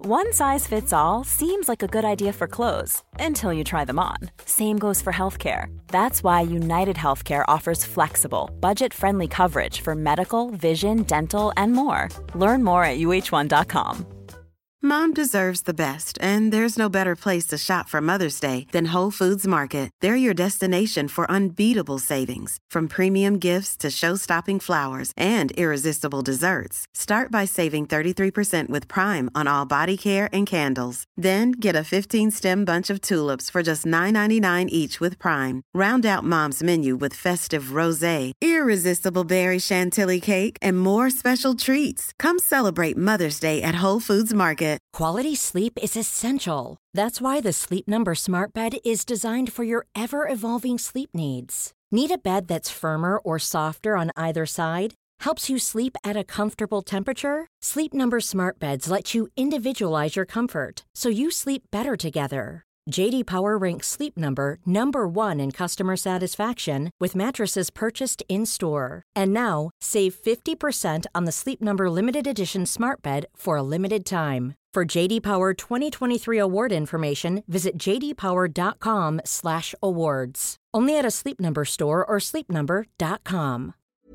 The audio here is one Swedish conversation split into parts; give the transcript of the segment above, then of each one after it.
One size fits all seems like a good idea for clothes until you try them on. Same goes for healthcare. That's why United Healthcare offers flexible, budget-friendly coverage for medical, vision, dental, and more. Learn more at uh1.com. Mom deserves the best, and there's no better place to shop for Mother's Day than Whole Foods Market. They're your destination for unbeatable savings, from premium gifts to show-stopping flowers and irresistible desserts. Start by saving 33% with Prime on all body care and candles. Then get a 15-stem bunch of tulips for just $9.99 each with Prime. Round out Mom's menu with festive rosé, irresistible berry chantilly cake, and more special treats. Come celebrate Mother's Day at Whole Foods Market. Quality sleep is essential. That's why the Sleep Number Smart Bed is designed for your ever-evolving sleep needs. Need a bed that's firmer or softer on either side? Helps you sleep at a comfortable temperature? Sleep Number Smart Beds let you individualize your comfort, so you sleep better together. J.D. Power ranks Sleep Number #1 in customer satisfaction with mattresses purchased in-store. And now, save 50% on the Sleep Number Limited Edition Smart Bed for a limited time. For J.D. Power 2023 award information, visit jdpower.com/awards. Only at a Sleep Number store or sleepnumber.com.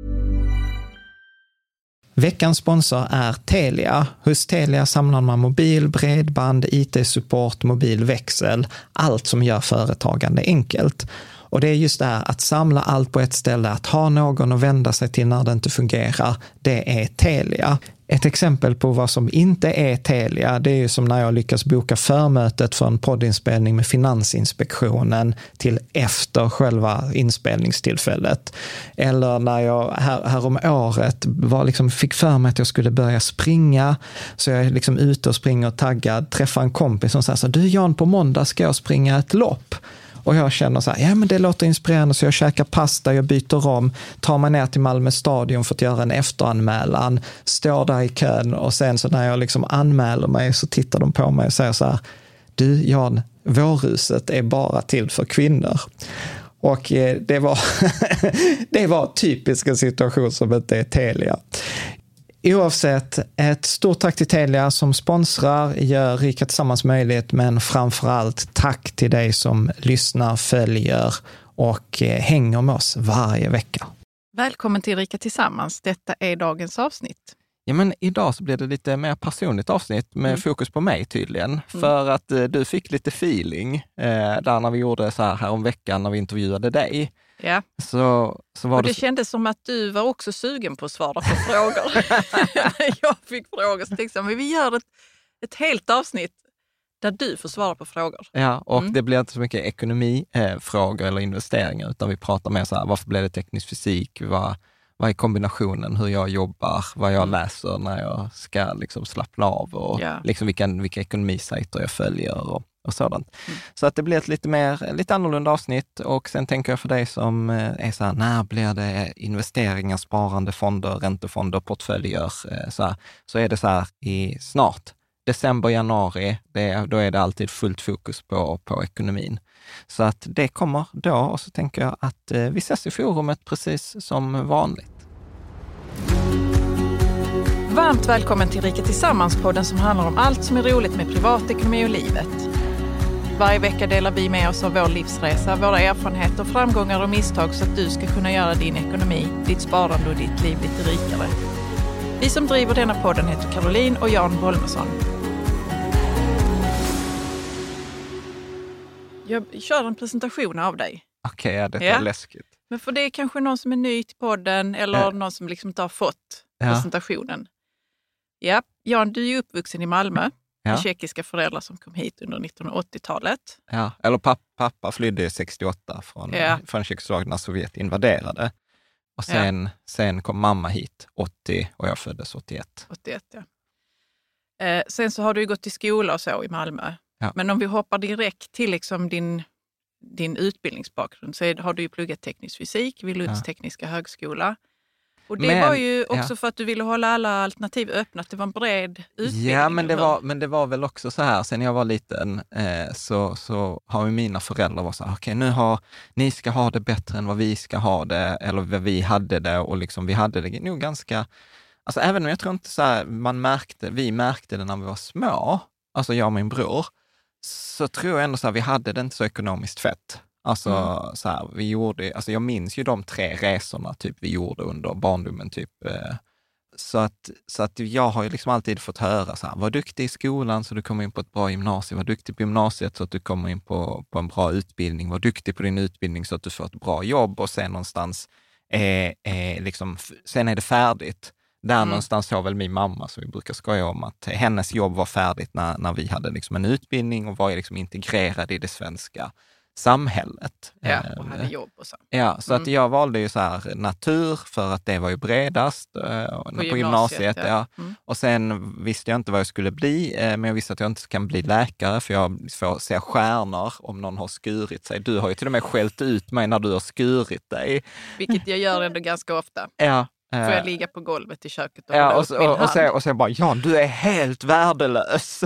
Veckans sponsor är Telia. Hos Telia samlar man mobil, bredband, IT-support, mobilväxel, allt som gör företagande enkelt. Och det är just det här att samla allt på ett ställe, att ha någon att vända sig till när det inte fungerar, det är Telia. Ett exempel på vad som inte är Telia, det är ju som när jag lyckas boka förmötet för en poddinspelning med Finansinspektionen till efter själva inspelningstillfället. Eller när jag här om året fick för mig att jag skulle börja springa, så jag är liksom ute och springer och taggad, träffar en kompis som säger så: du Jan, på måndag ska jag springa ett lopp. Och jag känner så här, ja men det låter inspirerande, så jag käkar pasta, jag byter om, tar mig ner till Malmö stadion för att göra en efteranmälan, står där i kön, och sen så när jag liksom anmäler mig så tittar de på mig och säger så här: du Jan, vårhuset är bara till för kvinnor. Och det var typisk en situation som inte är Telia. Oavsett, ett stort tack till Telia som sponsrar, gör Rika Tillsammans möjligt, men framförallt tack till dig som lyssnar, följer och hänger med oss varje vecka. Välkommen till Rika Tillsammans. Detta är dagens avsnitt. Ja, men idag så blir det lite mer personligt avsnitt med fokus på mig tydligen. För att du fick lite feeling där när vi gjorde så här om veckan när vi intervjuade dig. Ja, så var och det kändes som att du var också sugen på att svara på frågor. Jag fick frågor, så tänkte jag, men vi gör ett helt avsnitt där du får svara på frågor. Ja, och det blir inte så mycket ekonomifrågor eller investeringar, utan vi pratar mer så här, varför blev det teknisk fysik, vad är kombinationen, hur jag jobbar, vad jag läser när jag ska liksom slappna av och liksom vilka ekonomisajter jag följer och sådant. Så att det blir ett lite annorlunda avsnitt, och sen tänker jag för dig som är så här, när blir det investeringar, sparande, fonder, räntefonder, portföljer, så är det så här i snart december, januari, då är det alltid fullt fokus på ekonomin. Så att det kommer då, och så tänker jag att vi ses i forumet precis som vanligt. Varmt välkommen till Rika Tillsammans-podden som handlar om allt som är roligt med privatekonomi och livet. Varje vecka delar vi med oss av vår livsresa, våra erfarenheter, framgångar och misstag så att du ska kunna göra din ekonomi, ditt sparande och ditt liv lite rikare. Vi som driver denna podden heter Caroline och Jan Bolmesson. Jag kör en presentation av dig. Okej, det är läskigt. Men för det är kanske någon som är ny till podden eller någon som liksom inte har fått presentationen. Ja, Jan, du är uppvuxen i Malmö. Med tjeckiska föräldrar som kom hit under 1980-talet. Ja, eller pappa flydde 68 från Tjeckoslovakien när Sovjet invaderade. Och sen kom mamma hit 80 och jag föddes 81. 81, ja. Sen så har du gått till skola och så i Malmö. Ja. Men om vi hoppar direkt till liksom din utbildningsbakgrund så har du ju pluggat teknisk fysik vid Lunds tekniska högskola. Och det var ju också för att du ville hålla alla alternativ öppna, att det var en bred utbildning. Ja, men det var väl också så här, sen jag var liten så har ju mina föräldrar varit så här, okej, ni ska ha det bättre än vad vi ska ha det, eller vad vi hade det, och liksom vi hade det nog ganska, alltså även om jag tror inte så här, vi märkte det när vi var små, alltså jag och min bror, så tror jag ändå så här, vi hade det inte så ekonomiskt fett. Alltså så här, vi gjorde, alltså jag minns ju de 3 resorna typ vi gjorde under barndomen typ. Så att jag har ju liksom alltid fått höra så här, var duktig i skolan så du kommer in på ett bra gymnasium, var duktig på gymnasiet så att du kommer in på en bra utbildning, var duktig på din utbildning så att du får ett bra jobb och sen någonstans liksom, sen är det färdigt. Där någonstans såg väl min mamma, så vi brukar skoja om, att hennes jobb var färdigt när vi hade liksom en utbildning och var liksom integrerad i det svenska samhället. Ja, och hade jobb och så. Ja, så att jag valde ju så här natur för att det var ju bredast på gymnasiet. Ja. Och sen visste jag inte vad jag skulle bli, men jag visste att jag inte kan bli läkare för jag får se stjärnor om någon har skurit sig. Du har ju till och med skällt ut mig när du har skurit dig. Vilket jag gör ändå ganska ofta. Ja. Får jag ligga på golvet i köket och hålla upp min hand. Och sen bara, ja, du är helt värdelös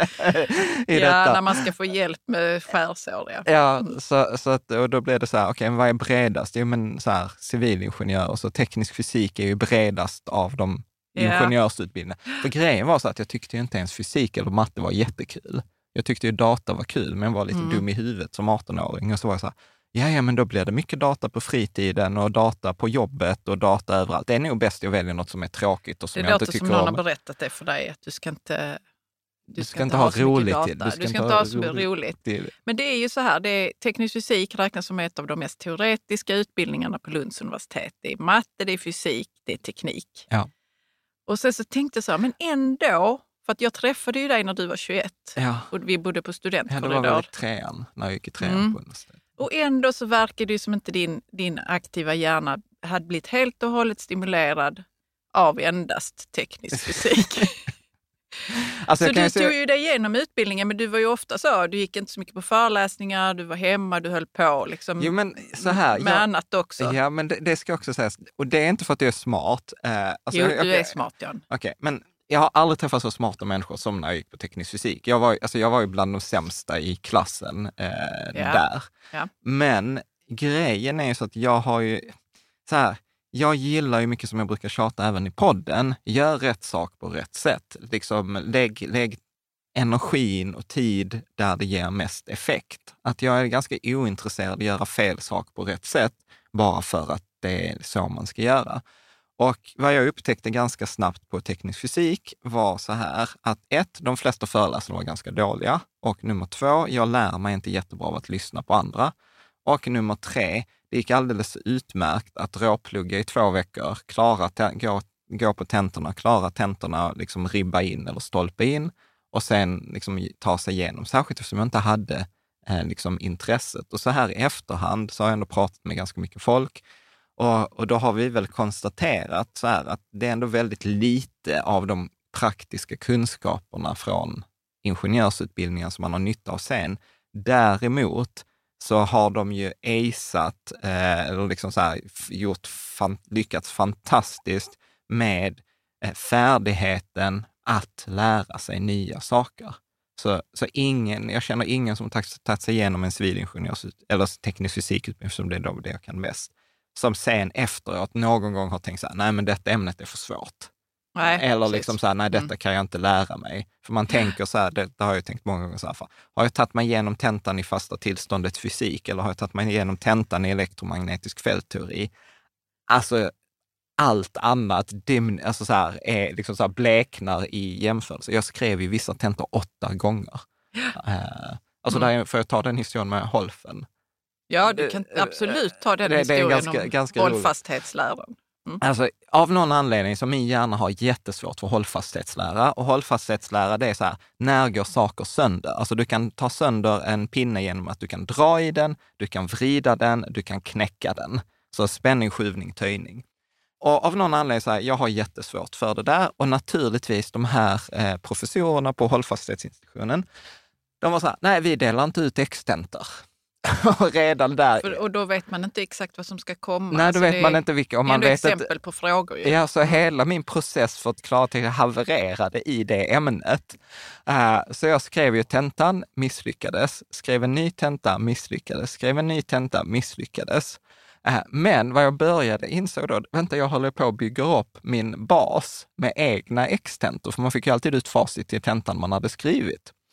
i detta. När man ska få hjälp med skärsår. Ja, så att, och då blev det så här, okej, vad är bredast? Jo, men så här, civilingenjör och så teknisk fysik är ju bredast av de ingenjörsutbildningarna. För grejen var så att jag tyckte ju inte ens fysik eller matte var jättekul. Jag tyckte ju data var kul, men jag var lite dum i huvudet som 18-åring. Och så var jag så här, ja, men då blir det mycket data på fritiden och data på jobbet och data överallt. Det är nog bäst att välja något som är tråkigt och som jag inte tycker om. Det låter som någon har berättat det för dig, att du ska inte ha roligt till. Du ska inte ha så roligt. Men det är ju så här, teknisk fysik räknas som ett av de mest teoretiska utbildningarna på Lunds universitet. Det är matte, det är fysik, det är teknik. Ja. Och sen så tänkte jag så här, men ändå, för att jag träffade ju dig när du var 21 och vi bodde på studentkorridor. Ja, det var väl i 3:an, när jag gick i 3:an på universitet. Och ändå så verkar det ju som inte din aktiva hjärna hade blivit helt och hållet stimulerad av endast teknisk fysik. Alltså, så du tog ju dig igenom utbildningen, men du var ju ofta så, du gick inte så mycket på föreläsningar, du var hemma, du höll på liksom, jo, men så här, med annat också. Ja, men det ska också sägas, och det är inte för att jag är smart. Alltså, jo, du är smart, Jan. Okej, men jag har aldrig träffat så smarta människor som när jag gick på teknisk fysik. Jag var ju bland de sämsta i klassen där. Ja. Men grejen är ju så att jag har ju, så här, jag gillar ju mycket som jag brukar tjata även i podden. Gör rätt sak på rätt sätt. Liksom, lägg energin och tid där det ger mest effekt. Att jag är ganska ointresserad av att göra fel sak på rätt sätt bara för att det är så man ska göra. Och vad jag upptäckte ganska snabbt på teknisk fysik var så här att de flesta föreläsarna var ganska dåliga. Och nummer 2, jag lär mig inte jättebra av att lyssna på andra. Och nummer 3, det gick alldeles utmärkt att råplugga i 2 veckor, gå på tentorna, klara tentorna, liksom ribba in eller stolpa in och sen liksom ta sig igenom. Särskilt eftersom jag inte hade liksom intresset. Och så här i efterhand så har jag ändå pratat med ganska mycket folk. Och då har vi väl konstaterat så här att det är ändå väldigt lite av de praktiska kunskaperna från ingenjörsutbildningen som man har nytta av sen. Däremot så har de ju aceat, eller liksom så här, lyckats fantastiskt med färdigheten att lära sig nya saker. Så jag känner ingen som tagit sig igenom en civilingenjörs eller teknisk fysikutbildning, som det är då det jag kan bäst, som sen efteråt någon gång har tänkt så här, nej men detta ämnet är för svårt. Nej, eller precis. liksom så här, nej detta kan jag inte lära mig. För man tänker så här, det har jag tänkt många gånger så här, har jag tagit mig igenom tentan i fasta tillståndet fysik eller har jag tagit mig igenom tentan i elektromagnetisk fältteori? Alltså allt annat alltså så här, är liksom så här bleknar i jämförelse. Jag skrev ju vissa tentor 8 gånger. Alltså där får jag ta den historien med Holfen. Ja, du kan absolut ta den historien om hållfasthetsläran. Alltså, av någon anledning så min hjärna har jättesvårt för hållfasthetslära. Och hållfasthetslära, det är så här, när går saker sönder? Alltså du kan ta sönder en pinne genom att du kan dra i den, du kan vrida den, du kan knäcka den. Så spänning, skjuvning, töjning. Och av någon anledning så här, jag har jättesvårt för det där. Och naturligtvis de här professorerna på hållfasthetsinstitutionen, de var så här, nej vi delar inte ut extentor. Och redan där. Och då vet man inte exakt vad som ska komma. Nej, då vet man inte vilka. Om man vet exempel på frågor. Ju. Ja, så hela min process för att klara till havererade i det ämnet. Så jag skrev ju tentan, misslyckades. Skrev en ny tenta, misslyckades. Skrev en ny tenta, misslyckades. Men vad jag började insåg då, jag håller på att bygga upp min bas med egna extentor. För man fick ju alltid ut facit till tentan man hade skrivit.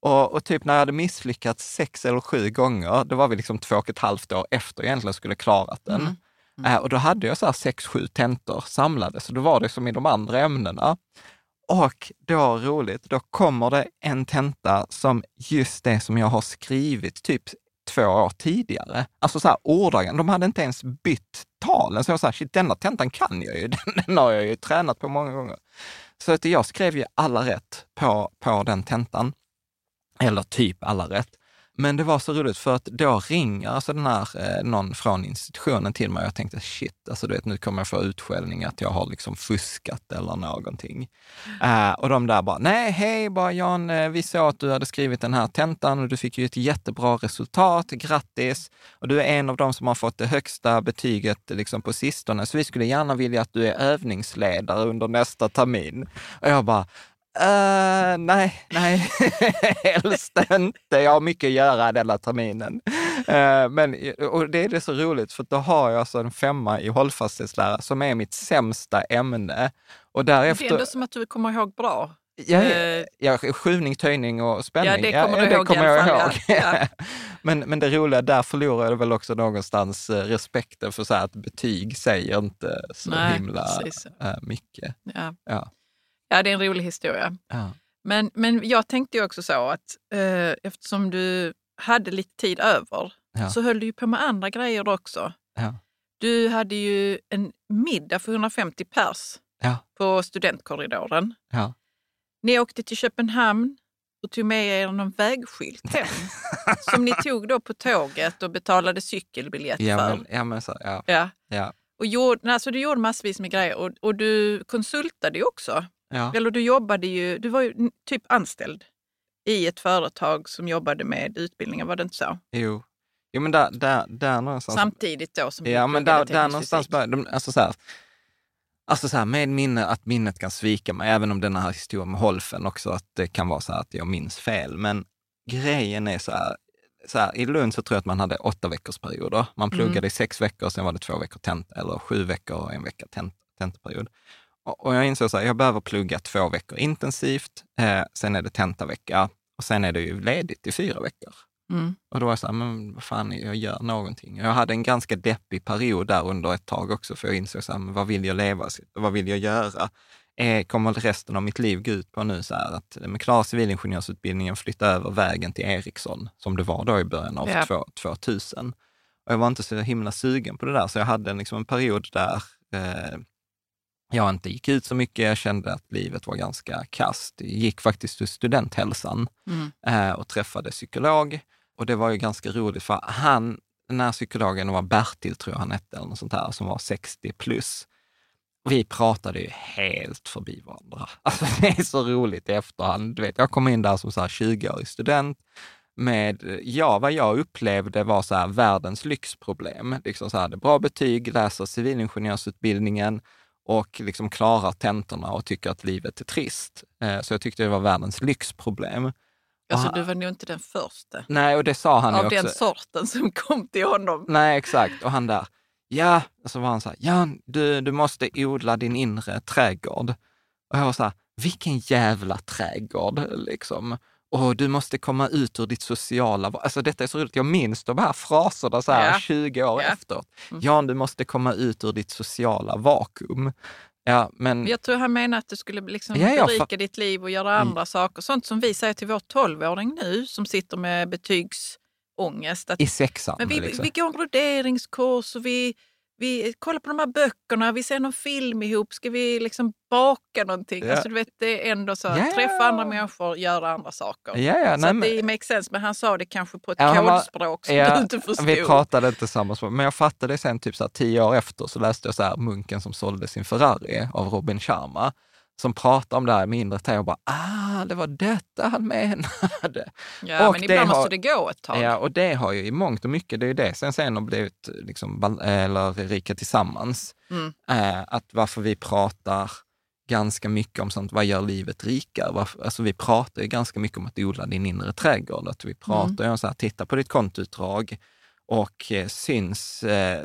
Och typ när jag hade misslyckats 6 eller 7 gånger, då var vi liksom 2,5 år efter jag egentligen skulle klarat den. Och då hade jag så här 6-7 tentor samlade, så då var det som i de andra ämnena. Och då roligt, då kommer det en tenta som just det som jag har skrivit typ 2 år tidigare. Alltså så här ordagen, de hade inte ens bytt talen. Så jag sa, shit, denna tentan kan jag ju, den har jag ju tränat på många gånger. Så att jag skrev ju alla rätt på den tentan. Eller typ alla rätt. Men det var så roligt för att då ringer alltså den här, någon från institutionen till mig och jag tänkte shit, alltså du vet, nu kommer jag få utskällning att jag har liksom fuskat eller någonting. Och de där bara, nej hej bara Jan, vi såg att du hade skrivit den här tentan och du fick ju ett jättebra resultat, grattis. Och du är en av dem som har fått det högsta betyget liksom på sistone, så vi skulle gärna vilja att du är övningsledare under nästa termin. Och jag bara, nej, helst inte. Jag har mycket att göra den terminen. Och det är det så roligt, för då har jag alltså en 5 i hållfasthetslära som är mitt sämsta ämne. Och därefter, det är ändå som att du kommer ihåg bra. Ja, skjutning, töjning och spänning. Ja, det kommer jag ihåg. Ja. Men det roliga, där förlorar jag väl också någonstans respekten för så här att betyg säger inte så himla mycket. Ja, det är en rolig historia. Ja. Men jag tänkte ju också så att eftersom du hade lite tid över så höll du ju på med andra grejer också. Ja. Du hade ju en middag för 150 pers på studentkorridoren. Ja. Ni åkte till Köpenhamn och tog med er någon vägskylt hem som ni tog då på tåget och betalade cykelbiljett för. Ja. Och du gjorde massvis med grejer och du konsultade ju också. Ja. Eller du var ju typ anställd i ett företag som jobbade med utbildningar, var det inte så? Jo men där någonstans. Samtidigt då som men där någonstans började, alltså så här med minne, att minnet kan svika mig, även om den här historien med Holfen också, att det kan vara så här att jag minns fel. Men grejen är så här, i Lund så tror jag att man hade 8 veckors perioder. Man pluggade i 6 veckor, sen var det 2 veckor tenta, eller 7 veckor och 1 vecka tentaperiod. Och jag insåg så här, jag behöver plugga 2 veckor intensivt, sen är det tentavecka och sen är det ju ledigt i 4 veckor. Och då var jag så här, men vad fan, jag gör någonting. Jag hade en ganska deppig period där under ett tag också, för jag insåg så här, men vad vill jag leva, vad vill jag göra? Kommer resten av mitt liv gå ut på nu så här, att med klara civilingenjörsutbildningen flytta över vägen till Ericsson, som det var då i början av 2000. Och jag var inte så himla sugen på det där, så jag hade liksom en period där jag inte gick ut så mycket. Jag kände att livet var ganska kast. Jag gick faktiskt till studenthälsan och träffade psykolog. Och det var ju ganska roligt, för den här psykologen var Bertil, tror jag han hette, eller något sånt här, som var 60 plus. Vi pratade ju helt förbi varandra. Alltså det är så roligt i efterhand. Du vet, jag kom in där som så här 20-årig student med, vad jag upplevde var så här världens lyxproblem. Liksom så här, det bra betyg, läser civilingenjörsutbildningen och liksom klarar tentorna och tycker att livet är trist. Så jag tyckte det var världens lyxproblem. Alltså du var nog inte den första. Nej, och det sa han ju också. Av den sorten som kom till honom. Nej, exakt. Och han där, och så var han så här, du måste odla din inre trädgård. Och jag var så här, vilken jävla trädgård liksom. Och du måste komma ut ur ditt sociala... Alltså detta är så roligt. Jag minns de här fraserna så här 20 år efteråt. Du måste komma ut ur ditt sociala vakuum. Ja, men... Jag tror han menar att du skulle liksom berika ditt liv och göra andra saker. Sånt som vi säger till vår 12-åring nu som sitter med betygsångest. I 6:an. Men vi går en broderingskurs och vi kollar på de här böckerna, vi ser någon film ihop, ska vi liksom baka någonting? Alltså du vet, det är ändå så att träffa andra människor, göra andra saker. Så att det makes sense, men han sa det kanske på ett kodspråk som du inte förstod. Vi pratade inte samma språk, men jag fattade det sen typ så här 10 år efter, så läste jag så här Munken som sålde sin Ferrari av Robin Sharma, som pratar om det här med inre trädgård och bara, det var detta han menade. Ja, och men ibland måste det gå ett tag. Ja, och det har ju i mångt och mycket, det är ju det. Sen har blivit liksom, eller Rika Tillsammans, att varför vi pratar ganska mycket om sånt, vad gör livet rikare? Alltså vi pratar ju ganska mycket om att odla din inre trädgård. Att vi pratar om så här, titta på ditt kontoutdrag och syns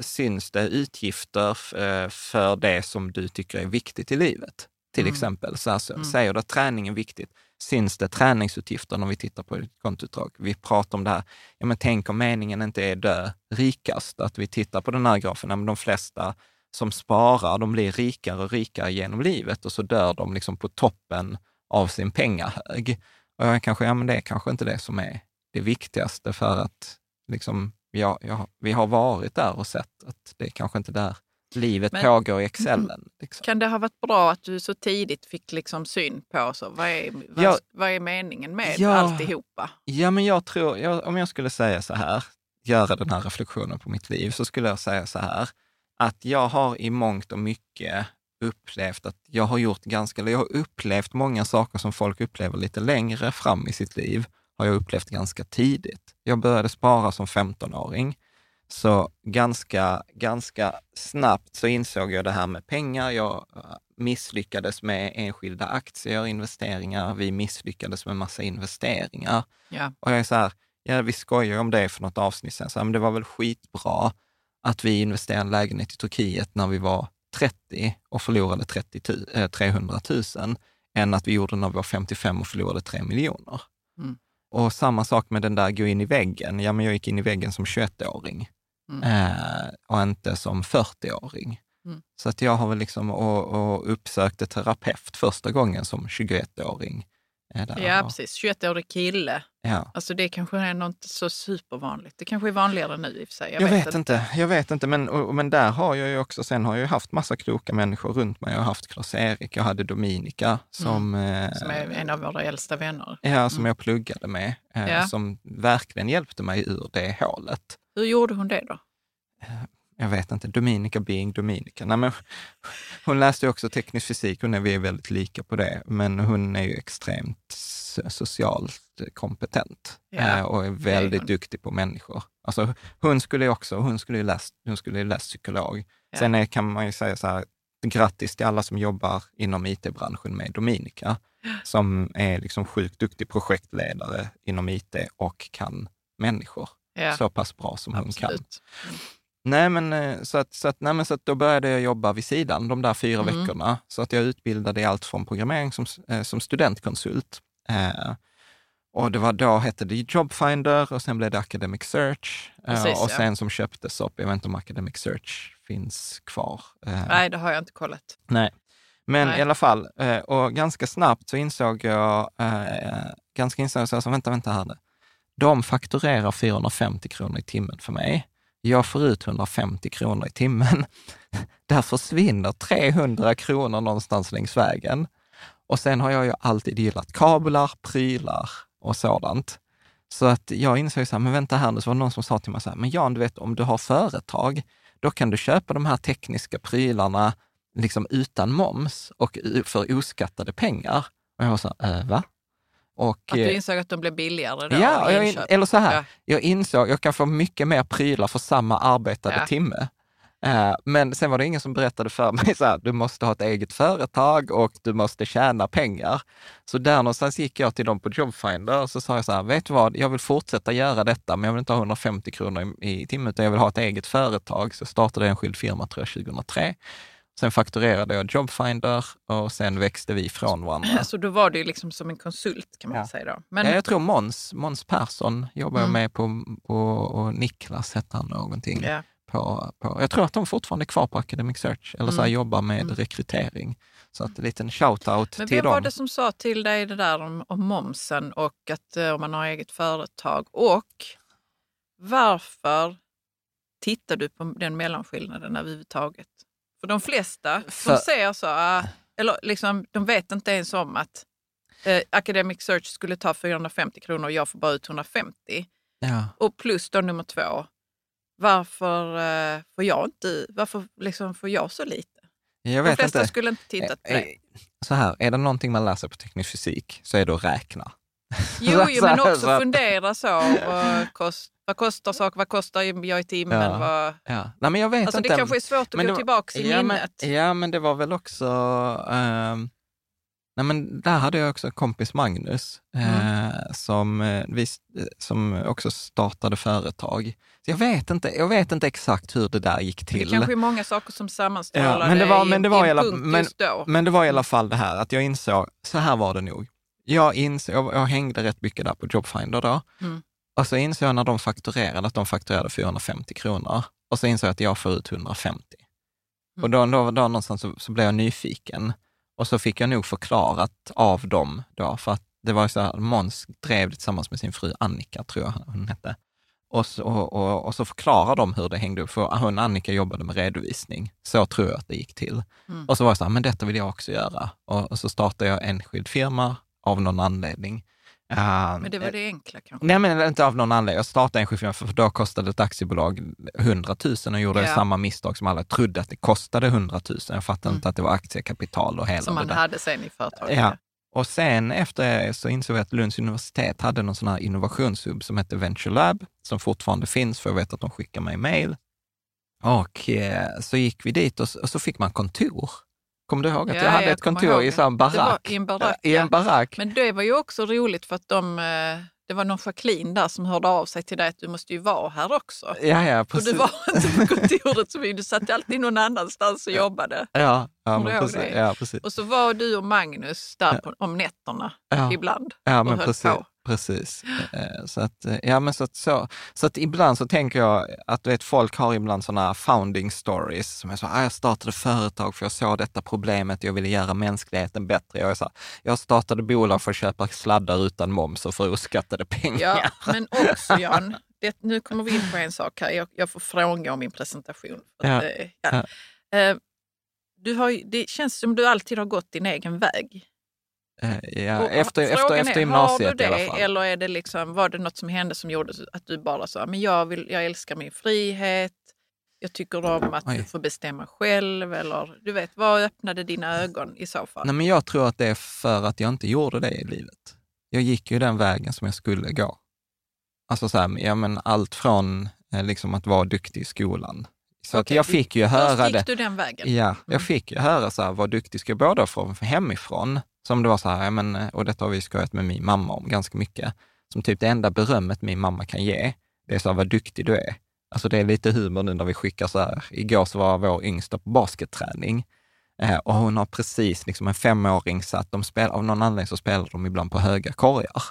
det utgifter för det som du tycker är viktigt i livet. Till exempel, så säger du att träning är viktigt. syns det träningsutgifter när vi tittar på ett kontoutdrag. Vi pratar om det här, ja men tänk om meningen inte är dö rikast, att vi tittar på den här grafen, men de flesta som sparar, de blir rikare och rikare genom livet och så dör de liksom på toppen av sin pengahög. Och jag kanske, ja men det är kanske inte det som är det viktigaste, för att liksom, vi har varit där och sett att det är kanske inte där livet pågår i Excellen. Liksom. Kan det ha varit bra att du så tidigt fick liksom syn på så, vad är meningen med alltihopa? Ja, men jag tror, om jag skulle säga så här, göra den här reflektionen på mitt liv, så skulle jag säga så här, att jag har i mångt och mycket upplevt att jag har upplevt många saker som folk upplever lite längre fram i sitt liv, har jag upplevt ganska tidigt. Jag började spara som 15-åring. Så ganska snabbt så insåg jag det här med pengar. Jag misslyckades med enskilda aktier, investeringar. Vi misslyckades med massa investeringar. Ja. Och jag är så här, vi skojar om det för något avsnitt sen. Så här, men det var väl skitbra att vi investerade i en lägenhet i Turkiet när vi var 30 och förlorade 300 000 än att vi gjorde när vi var 55 och förlorade 3 miljoner. Mm. Och samma sak med den där gå in i väggen. Ja, men jag gick in i väggen som 21-åring. Och inte som 40-åring. Så att jag har väl liksom och uppsökte terapeut första gången som 21-åring. Ja, precis. 21-årig kille. Ja. Alltså det kanske är något så supervanligt. Det kanske är vanligare nu i och för sig. Jag vet inte. Men där har jag ju också, sen har jag ju haft massa kloka människor runt mig. Jag har haft Claes-Erik, jag hade Dominika som är en av våra äldsta vänner. Ja, som jag pluggade med. Som verkligen hjälpte mig ur det hålet. Hur gjorde hon det då? Jag vet inte, Dominika being Dominika. Nej, men hon läste ju också teknisk fysik, vi är väldigt lika på det, men hon är ju extremt socialt kompetent och är väldigt duktig på människor. Alltså, hon skulle ju läst psykolog. Ja. Sen kan man ju säga så här, grattis till alla som jobbar inom IT-branschen med Dominika, som är liksom sjukt duktig projektledare inom IT och kan människor så pass bra som hon kan. Nej, men så att då började jag jobba vid sidan de där 4 veckorna. Så att jag utbildade i allt från programmering som studentkonsult. Och det var då hette det Jobfinder och sen blev det Academic Search. Och sen som köptes upp, jag vet inte om Academic Search finns kvar. Nej, det har jag inte kollat. Nej, men i alla fall. Och ganska snabbt så insåg jag, vänta här nu. De fakturerar 450 kronor i timmen för mig. Jag får ut 150 kronor i timmen. Där försvinner 300 kronor någonstans längs vägen. Och sen har jag ju alltid gillat kablar, prylar och sådant. Så att jag insåg så här, men vänta här nu, så var det någon som sa till mig så här, men Jan, du vet, om du har företag, då kan du köpa de här tekniska prylarna liksom utan moms och för oskattade pengar. Och jag var så här, va? Och, att du insåg att de blev billigare då? Ja, eller så här. Ja. Jag insåg att jag kan få mycket mer prylar för samma arbetade timme. Men sen var det ingen som berättade för mig så här, du måste ha ett eget företag och du måste tjäna pengar. Så där någonstans gick jag till dem på Jobfinder och så sa jag så här, vet du vad, jag vill fortsätta göra detta, men jag vill inte ha 150 kronor i timmen, utan jag vill ha ett eget företag. Så jag startade en enskild firma, tror jag, 2003. Sen fakturerade jag Jobfinder och sen växte vi ifrån varandra. Så då var det ju liksom som en konsult, kan man säga då. Men... Ja, jag tror Måns Persson jobbar med på och Niklas hette han någonting. Ja. Jag tror att de fortfarande är kvar på Academic Search eller så här, jobbar med rekrytering. Så att en liten shout-out till dem. Men vem var det som sa till dig det där om momsen och att om man har eget företag? Och varför tittar du på den mellanskillnaden överhuvudtaget? För de flesta som säger så, eller liksom, de vet inte ens om att Academic Search skulle ta 450 kronor och jag får bara ut 150. Ja. Och plus då nummer 2. Varför får jag så lite? Jag vet de flesta inte. Skulle inte titta på det. Så här, är det någonting man läser på teknisk fysik så är det att räkna. Jo, men också fundera så. Vad kostar saker? Vad kostar jag i timmen? Ja. Nej, men jag vet inte. Det kanske är svårt att gå tillbaka i minnet. Men det var väl också... Nej, men där hade jag också en kompis, Magnus, som också startade företag. Så jag vet inte exakt hur det där gick till. Det kanske är många saker som sammanstrålade men det var i alla fall det här att jag insåg, så här var det nog. jag hängde rätt mycket där på Jobfinder då. Och så insåg jag när de fakturerade att de fakturerade 450 kronor. Och så insåg jag att jag får ut 150. Och då någonstans så blev jag nyfiken. Och så fick jag nog förklarat av dem då, för att det var så här, Måns drev det tillsammans med sin fru Annika, tror jag hon hette. Och så förklarar de hur det hängde upp, för hon Annika jobbade med redovisning. Så tror jag att det gick till. Och så var det så här, men detta vill jag också göra. Och så startade jag en enskild firma av någon anledning. Men det var det enkla kanske? Nej, men inte av någon anledning. Jag startade en enskild firma för då kostade ett aktiebolag 100 000 och gjorde samma misstag som alla trodde att det kostade 100 000. Jag fattade inte att det var aktiekapital och hela som man det där. hade sen i företaget. Ja. Och sen efter så insåg jag att Lunds universitet hade någon sån här innovationshub som hette Venture Lab, som fortfarande finns, för jag vet att de skickar mig mejl. Och så gick vi dit och så fick man kontor. Kommer du ihåg att jag hade ett kontor i en barack? I en barack. Men det var ju också roligt för att det var någon Jacqueline där som hörde av sig till dig att du måste ju vara här också. Ja, precis. Och du var inte på kontoret, så du satt alltid någon annanstans och jobbade. Ja, precis. Och så var du och Magnus där om nätterna ibland. Ja, men precis. Så att ibland så tänker jag att folk har ibland sådana founding stories som är så, jag startade företag för jag såg detta problemet, jag ville göra mänskligheten bättre. Jag startade bolag för att köpa sladdar utan moms och för uppskattade pengar. Ja, men också Jan, nu kommer vi in på en sak här. Jag får fråga om min presentation. Det känns som du alltid har gått din egen väg. Efter gymnasiet i alla fall. Eller är det liksom, var det något som hände som gjorde att du bara sa, men jag älskar min frihet, jag tycker om att få bestämma själv, eller du vet, vad öppnade dina ögon i så fall? Nej, men jag tror att det är för att jag inte gjorde det i livet. Jag gick ju den vägen som jag skulle gå. Alltså så här, allt från liksom att vara duktig i skolan. Så att jag fick ju höra det. Gick du den vägen? Ja, jag fick ju höra så här, vad duktig ska jag både från hemifrån, som det var så här, och detta har vi skojat med min mamma om ganska mycket, som typ det enda berömmet min mamma kan ge, det är så här, vad duktig du är. Alltså det är lite humor nu när vi skickar så här, igår så var vår yngsta på basketträning, och hon har precis liksom en 5-åring så att av någon anledning så spelar de ibland på höga korgar.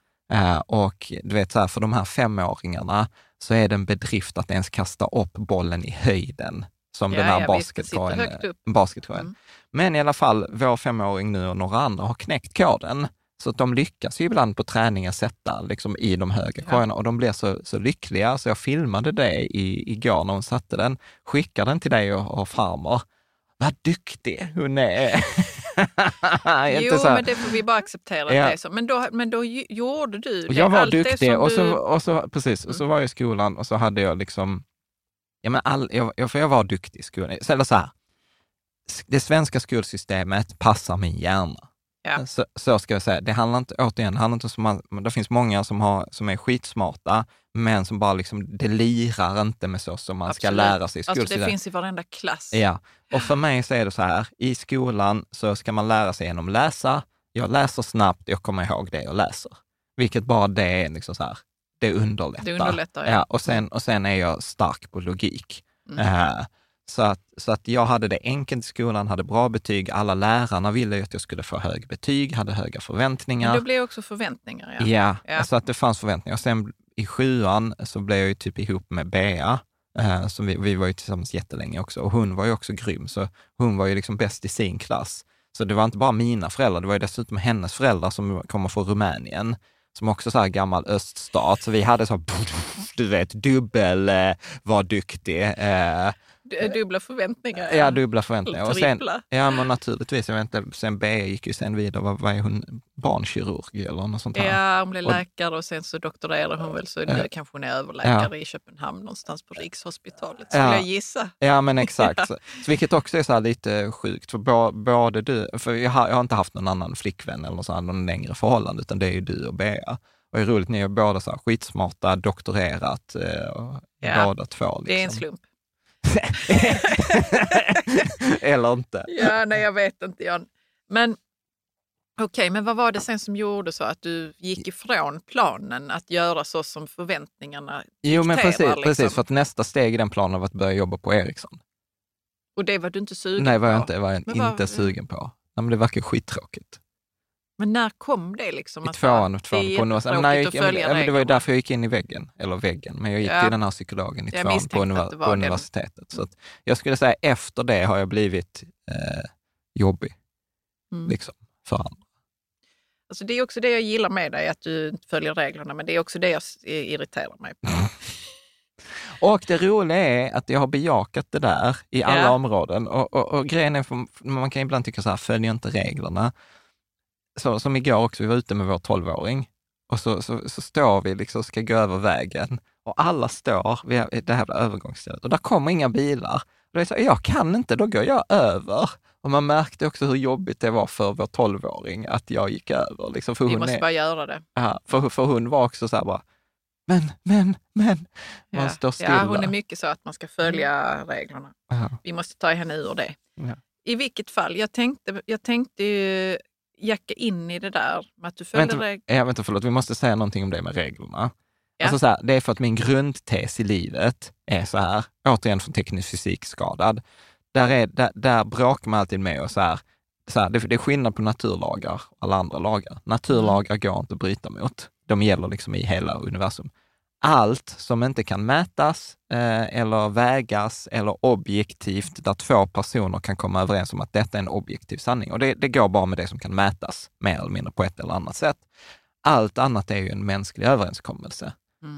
Och du vet så här, för de här 5-åringarna så är det en bedrift att ens kasta upp bollen i höjden som den här basketkorgen. Men i alla fall, vår 5-åring nu och några andra har knäckt koden. Så att de lyckas ju ibland på träningar sätta liksom i de höga korgarna och de blir så lyckliga. Så jag filmade det igår när hon satte den, skickade den till dig och farmor. Vad duktig hon är. Men det får vi bara acceptera. Ja. Det så. Men då gjorde du det. Jag var duktig och så precis. Och så var jag i skolan och så hade jag liksom, för jag var duktig i skolan. Eller så här, det svenska skolsystemet passar min hjärna. Ja. Så ska jag säga. Det handlar inte om det finns många som är skitsmarta, men som bara liksom, det lirar inte med så som man ska lära sig i skolan. Alltså det finns i varenda klass. Ja, och för mig så är det så här, i skolan så ska man lära sig genom läsa. Jag läser snabbt, jag kommer ihåg det jag läser. Vilket bara det är liksom så här, det underlättar. Ja. Och sen är jag stark på logik. Så att jag hade det enkelt i skolan, hade bra betyg. Alla lärarna ville ju att jag skulle få hög betyg, hade höga förväntningar. Men då blev också förväntningar, ja. Så att det fanns förväntningar. Och sen i 7:an så blev jag ju typ ihop med Bea. Så vi var ju tillsammans jättelänge också. Och hon var ju också grym. Så hon var ju liksom bäst i sin klass. Så det var inte bara mina föräldrar, det var ju dessutom hennes föräldrar som kommer från Rumänien. Som också så här gammal öststat. Så vi hade så, du vet, var duktig. Dubbla förväntningar. Ja, dubbla förväntningar. Och sen, men naturligtvis, jag vet inte, sen B gick ju sen vidare, vad är hon, barnkirurg eller något sånt här? Ja, hon blev läkare och sen så doktorerade hon väl, så nu kanske hon är överläkare i Köpenhamn någonstans på Rikshospitalet, skulle jag gissa. Ja, men exakt. så, vilket också är så här lite sjukt, för både du, för jag har inte haft någon annan flickvän eller så här, någon längre förhållande, utan det är ju du och Bea. Och det är roligt, ni är båda så här skitsmarta, doktorerat, båda två. Liksom. Det är en slump. Eller inte. Ja, nej, jag vet inte, Jan. Men okej, men vad var det sen som gjorde så att du gick ifrån planen att göra så som förväntningarna dikterar? Jo, men precis, för att nästa steg i den planen var att börja jobba på Ericsson. Och det var du inte sugen på? Nej, var jag inte sugen på. Nej, men det verkar skittråkigt. Men när kom det liksom? I tvåan på universitetet. Det var ju därför jag gick in i väggen. Men jag gick till den här psykologen i tvåan på universitetet. Så att jag skulle säga efter det har jag blivit jobbig. Liksom, för andra. Alltså det är också det jag gillar med dig, att du inte följer reglerna. Men det är också det jag irriterar mig på. Och det roliga är att jag har bejakat det där i alla områden. Och grejen är, man kan ibland tycka så här, följer inte reglerna. Så, som igår också, vi var ute med vår 12-åring. Och så står vi liksom, ska gå över vägen. Och alla står vid det här övergångsstället. Och där kommer inga bilar. Och då är det så, jag kan inte, då går jag över. Och man märkte också hur jobbigt det var för vår 12-åring att jag gick över. Liksom, för vi måste bara göra det. Ja, för hon var också så här bara, men. Man står stilla. Ja, hon är mycket så att man ska följa reglerna. Vi måste ta henne ur det. Ja. I vilket fall, jag tänkte ju jacka in i det där med att du följer reglerna. Vänta, förlåt, vi måste säga någonting om det med reglerna. Ja. Alltså så här, det är för att min grundtes i livet är så här, återigen från teknisk fysik skadad. Där bråkar man alltid med och så här, det är skillnad på naturlagar och alla andra lagar. Naturlagar går inte att bryta mot. De gäller liksom i hela universum. Allt som inte kan mätas eller vägas eller objektivt, där två personer kan komma överens om att detta är en objektiv sanning. Och det går bara med det som kan mätas, mer eller mindre på ett eller annat sätt. Allt annat är ju en mänsklig överenskommelse.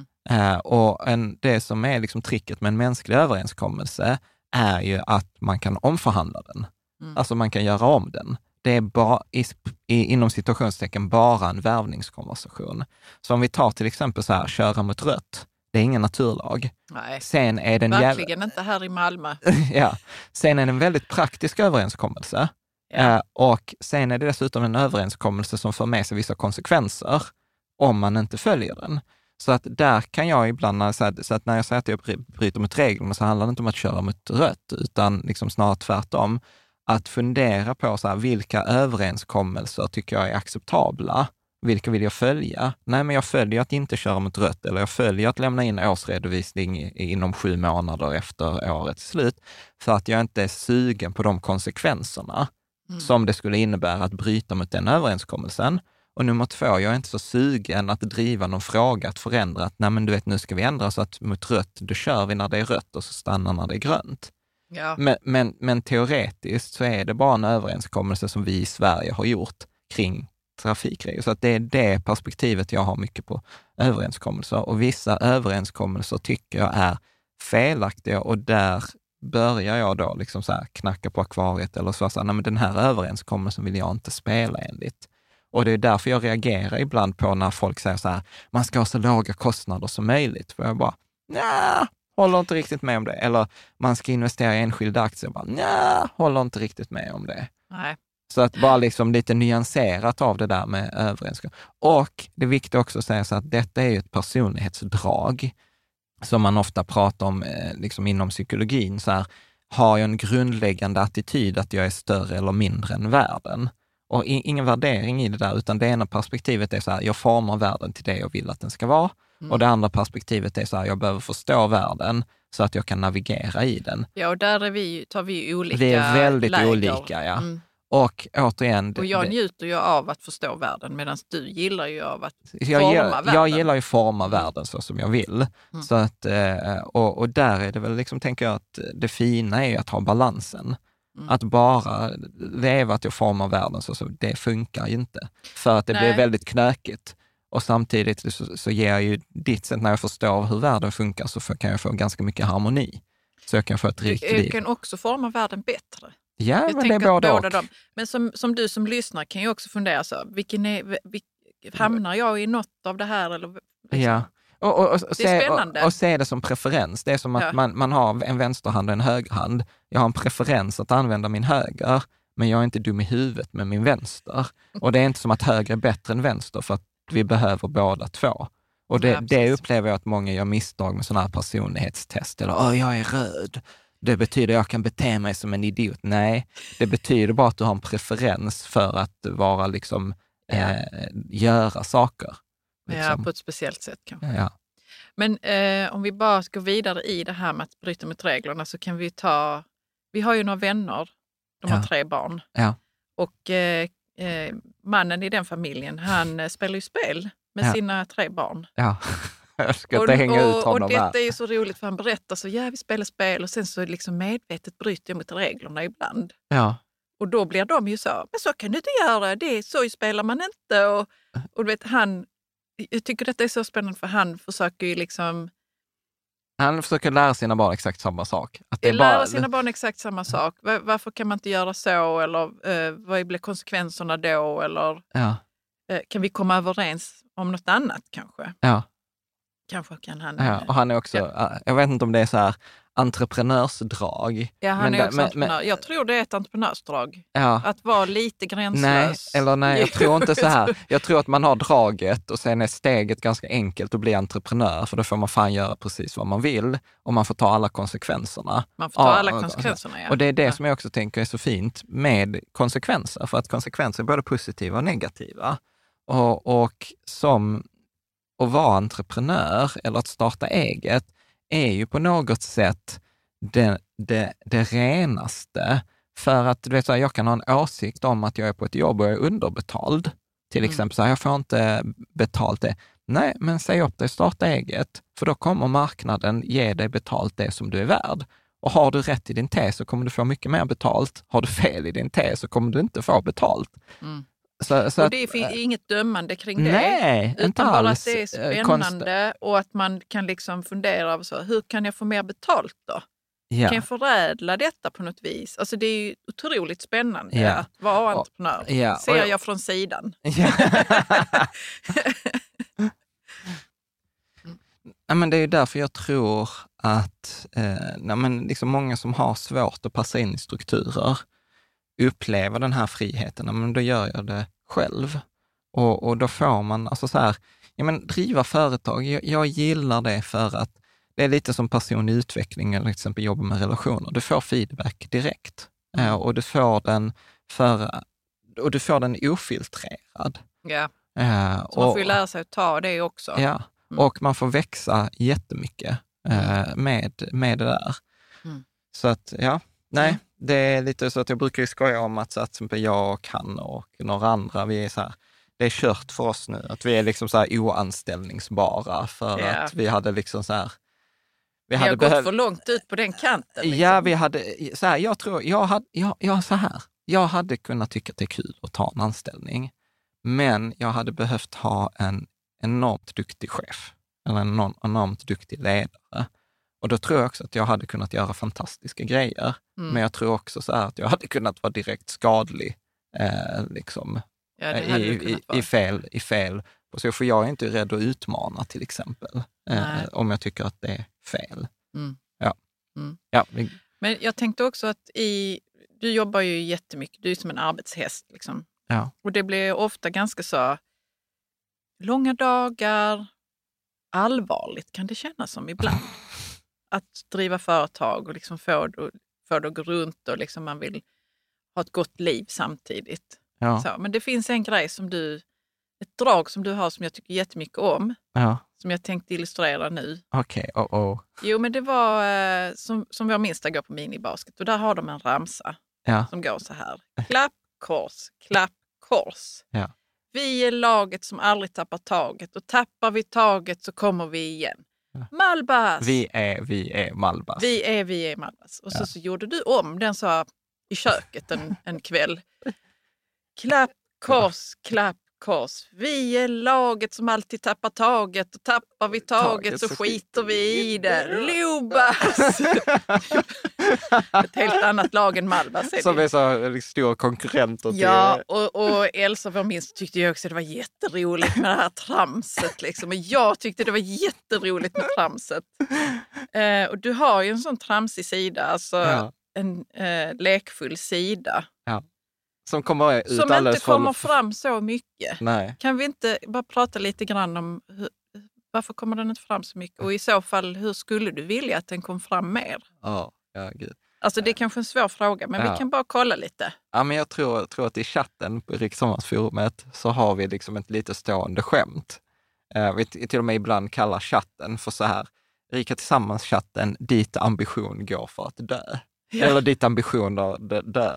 Och det som är liksom tricket med en mänsklig överenskommelse är ju att man kan omförhandla den. Alltså man kan göra om den. Det är bara, inom situationstecken bara en värvningskonversation. Så om vi tar till exempel så här, köra mot rött. Det är ingen naturlag. Nej, sen är den verkligen inte här i Malmö. Ja, sen är det en väldigt praktisk överenskommelse. Ja. Och sen är det dessutom en överenskommelse som för med sig vissa konsekvenser om man inte följer den. Så att där kan jag ibland, så att när jag säger att jag bryter mot reglerna så handlar det inte om att köra mot rött, utan liksom snarare tvärtom. Att fundera på så här, vilka överenskommelser tycker jag är acceptabla? Vilka vill jag följa? Nej, men jag följer att inte köra mot rött, eller jag följer att lämna in årsredovisning inom 7 månader efter årets slut, för att jag inte är sugen på de konsekvenserna som det skulle innebära att bryta mot den överenskommelsen. Och nummer 2, jag är inte så sugen att driva någon fråga att förändra, att nej men du vet, nu ska vi ändra så att mot rött, då kör vi när det är rött och så stannar när det är grönt. Ja. Men teoretiskt så är det bara en överenskommelse som vi i Sverige har gjort kring trafikregler. Så att det är det perspektivet jag har mycket på överenskommelser. Och vissa överenskommelser tycker jag är felaktiga, och där börjar jag då liksom så här knacka på akvariet eller så här, nej men den här överenskommelsen vill jag inte spela enligt. Och det är därför jag reagerar ibland på när folk säger så här, man ska ha så låga kostnader som möjligt. För jag bara, nej, håller inte riktigt med om det. Eller man ska investera i enskilda aktier. Bara, nej, håller inte riktigt med om det. Nej. Så att bara liksom lite nyanserat av det där med överenskommelser. Och det är viktigt också att säga så att detta är ju ett personlighetsdrag som man ofta pratar om liksom inom psykologin. Så här, har jag en grundläggande attityd att jag är större eller mindre än världen? Och ingen värdering i det där, utan det ena perspektivet är så här, jag formar världen till det jag vill att den ska vara. Och det andra perspektivet är så här, jag behöver förstå världen så att jag kan navigera i den. Ja, och där tar vi olika läger. Vi är väldigt läger. olika, ja. Och återigen... Och jag njuter ju av att förstå världen, medan du gillar ju av att forma världen. Jag gillar ju forma världen så som jag vill. Så att, och där är det väl liksom, tänker jag, att det fina är ju att ha balansen. Att bara leva att jag formar världen så det funkar ju inte. För att det blir väldigt knökigt. Och samtidigt så ger jag ju ditt sätt, när jag förstår hur världen funkar, så kan jag få ganska mycket harmoni. Så jag kan få ett rikt liv. Jag kan också forma världen bättre. Ja, men det är båda dem. Men som du som lyssnar kan ju också fundera så, hamnar jag i något av det här? Eller, liksom? Ja. Och det är spännande. Och se det som preferens. Det är som att man har en vänsterhand och en högerhand. Jag har en preferens att använda min höger, men jag är inte dum i huvudet med min vänster. Och det är inte som att höger är bättre än vänster, för att vi behöver båda två. Och det upplever jag att många gör misstag med sådana här personlighetstest. Eller, jag är röd. Det betyder att jag kan bete mig som en idiot. Nej, det betyder bara att du har en preferens för att vara liksom, göra saker. Liksom. Ja, på ett speciellt sätt kanske. Ja. Men om vi bara ska vidare i det här med att bryta mot reglerna, så kan vi har ju några vänner, de har 3 barn. Ja. Och mannen i den familjen, han spelar ju spel med sina 3 barn. Ja, jag ska inte hänga ut honom. Och detta är ju så roligt för han berättar så, vi spelar spel och sen så liksom medvetet bryter jag mot reglerna ibland. Ja. Och då blir de ju så, men så kan du inte göra, så spelar man inte. Och du vet, jag tycker detta är så spännande för han försöker ju liksom... Han försöker lära sina barn exakt samma sak. Sina barn exakt samma sak. Varför kan man inte göra så? Eller vad blir konsekvenserna då? Eller kan vi komma överens om något annat kanske? Ja. Kanske kan han... Ja, och han är också, jag vet inte om det är så här entreprenörsdrag. Ja, han är också entreprenör. Jag tror det är ett entreprenörsdrag. Ja. Att vara lite gränslös. Nej, jag tror inte så här. Jag tror att man har draget och sen är steget ganska enkelt att bli entreprenör. För då får man fan göra precis vad man vill och man får ta alla konsekvenserna. Man får ta alla konsekvenserna, ja. Och det är det som jag också tänker är så fint med konsekvenser. För att konsekvenser är både positiva och negativa. Och som att vara entreprenör eller att starta eget är ju på något sätt det renaste. För att du vet, så här, jag kan ha en åsikt om att jag är på ett jobb och jag är underbetald. Till exempel så här, jag får inte betalt det. Nej, men säg upp dig, starta eget. För då kommer marknaden ge dig betalt det som du är värd. Och har du rätt i din tes så kommer du få mycket mer betalt. Har du fel i din tes så kommer du inte få betalt. Mm. Så och det är inget dömande kring det. Nej, utan inte bara alls. att det är spännande och att man kan liksom fundera över så, hur kan jag få mer betalt då? Ja. Kan jag förädla detta på något vis? Alltså det är ju otroligt spännande att vara entreprenör. Ser jag från sidan. Ja. Ja, men det är ju därför jag tror att liksom många som har svårt att passa in i strukturer upplever den här friheten, men då gör jag det själv. Och då får man, alltså så här, driva företag, jag gillar det för att det är lite som personlig utveckling eller till exempel jobba med relationer. Du får feedback direkt och du får den ofiltrerad. Ja, så man får ju lära sig att ta det också. Ja, och man får växa jättemycket med det där. Mm. Så att, det är lite så att jag brukar skoja om att, så att jag och han och några andra, vi är så här, det är kört för oss nu. Att vi är liksom så här oanställningsbara för att vi hade liksom så här... Vi hade gått för långt ut på den kanten. Liksom. Ja, vi hade... Så här, jag tror... Jag hade kunnat tycka att det är kul att ta en anställning. Men jag hade behövt ha en enormt duktig chef. Eller en enormt duktig ledare. Och då tror jag också att jag hade kunnat göra fantastiska grejer. Mm. Men jag tror också så här att jag hade kunnat vara direkt skadlig. Liksom... Ja, i fel. Så för jag är inte rädd att utmana till exempel. Om jag tycker att det är fel. Mm. Ja. Mm. Ja. Men jag tänkte också att du jobbar ju jättemycket. Du är som en arbetshäst. Liksom. Ja. Och det blir ofta ganska så långa dagar. Allvarligt kan det kännas som ibland. Att driva företag och liksom få det att gå runt och liksom man vill ha ett gott liv samtidigt. Ja. Så, men det finns en grej ett drag som du har som jag tycker jättemycket om. Ja. Som jag tänkte illustrera nu. Okej, Jo, men det var som vår minsta går på minibasket. Och där har de en ramsa som går så här. Klapp, kors. Ja. Vi är laget som aldrig tappar taget. Och tappar vi taget så kommer vi igen. Ja. Malbas! Vi är Malbas. Vi är Malbas. Och så gjorde du om den så i köket en kväll. Klapp, kors. Vi är laget som alltid tappar taget. Och tappar vi taget så skiter vi i det. Lobas! Ett helt annat lag än Malbas. Som är så stora konkurrenter till... Ja, och Elsa, vår minst, tyckte jag också det var jätteroligt med det här tramset. Liksom. Och jag tyckte det var jätteroligt med tramset. Och du har ju en sån tramsig sida. Alltså en lekfull sida. Ja. Som kommer ut som inte kommer fram så mycket. Nej. Kan vi inte bara prata lite grann om varför kommer den inte fram så mycket? Och i så fall, hur skulle du vilja att den kom fram mer? Ja, gud. Alltså det är kanske en svår fråga, men vi kan bara kolla lite. Ja, men jag tror att i chatten på Rikssammansforumet så har vi liksom ett lite stående skämt. Vi till och med ibland kallar chatten för så här, Rika Tillsammans-chatten, dit ambition går för att dö. Ja. Eller dit ambitioner dör.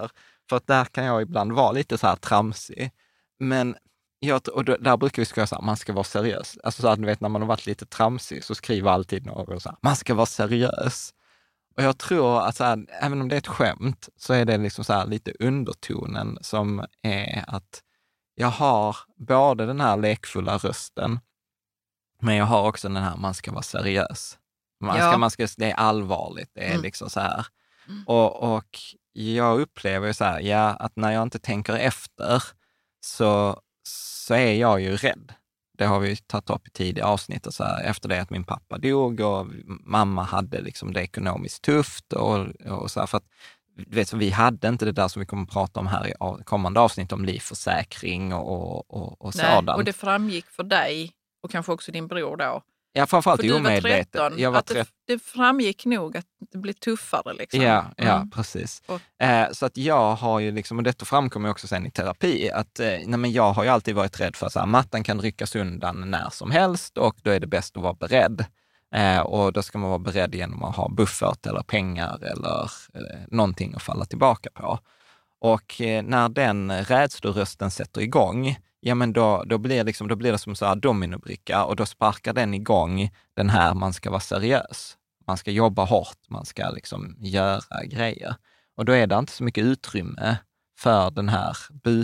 För att där kan jag ibland vara lite så här tramsig. Men där brukar vi skriva så här, man ska vara seriös. Alltså så att ni vet, när man har varit lite tramsig så skriver alltid någon så här, man ska vara seriös. Och jag tror att så här, även om det är ett skämt så är det liksom så här lite undertonen som är att jag har både den här lekfulla rösten, men jag har också den här, man ska vara seriös. Det är allvarligt, det är liksom så här. Och jag upplever ju så här, att när jag inte tänker efter så är jag ju rädd. Det har vi tagit upp i tidigare avsnitt och så här, efter det att min pappa dog och mamma hade liksom det ekonomiskt tufft och så här, för att så vi hade inte det där som vi kommer att prata om här i kommande avsnitt om livförsäkring och sådant. Och det framgick för dig och kanske också din bror då. Ja, framförallt för omedvetet. Jag var 13. Det framgick nog att det blev tuffare liksom. Ja, precis. Så att jag har ju liksom, och detta framkommer också sen i terapi, att men jag har ju alltid varit rädd för att mattan kan ryckas undan när som helst och då är det bäst att vara beredd. Och då ska man vara beredd genom att ha buffert eller pengar eller någonting att falla tillbaka på. Och när den rädslorösten sätter igång, ja men då blir det som så här dominobricka och då sparkar den igång den här, man ska vara seriös. Man ska jobba hårt, man ska liksom göra grejer. Och då är det inte så mycket utrymme för den här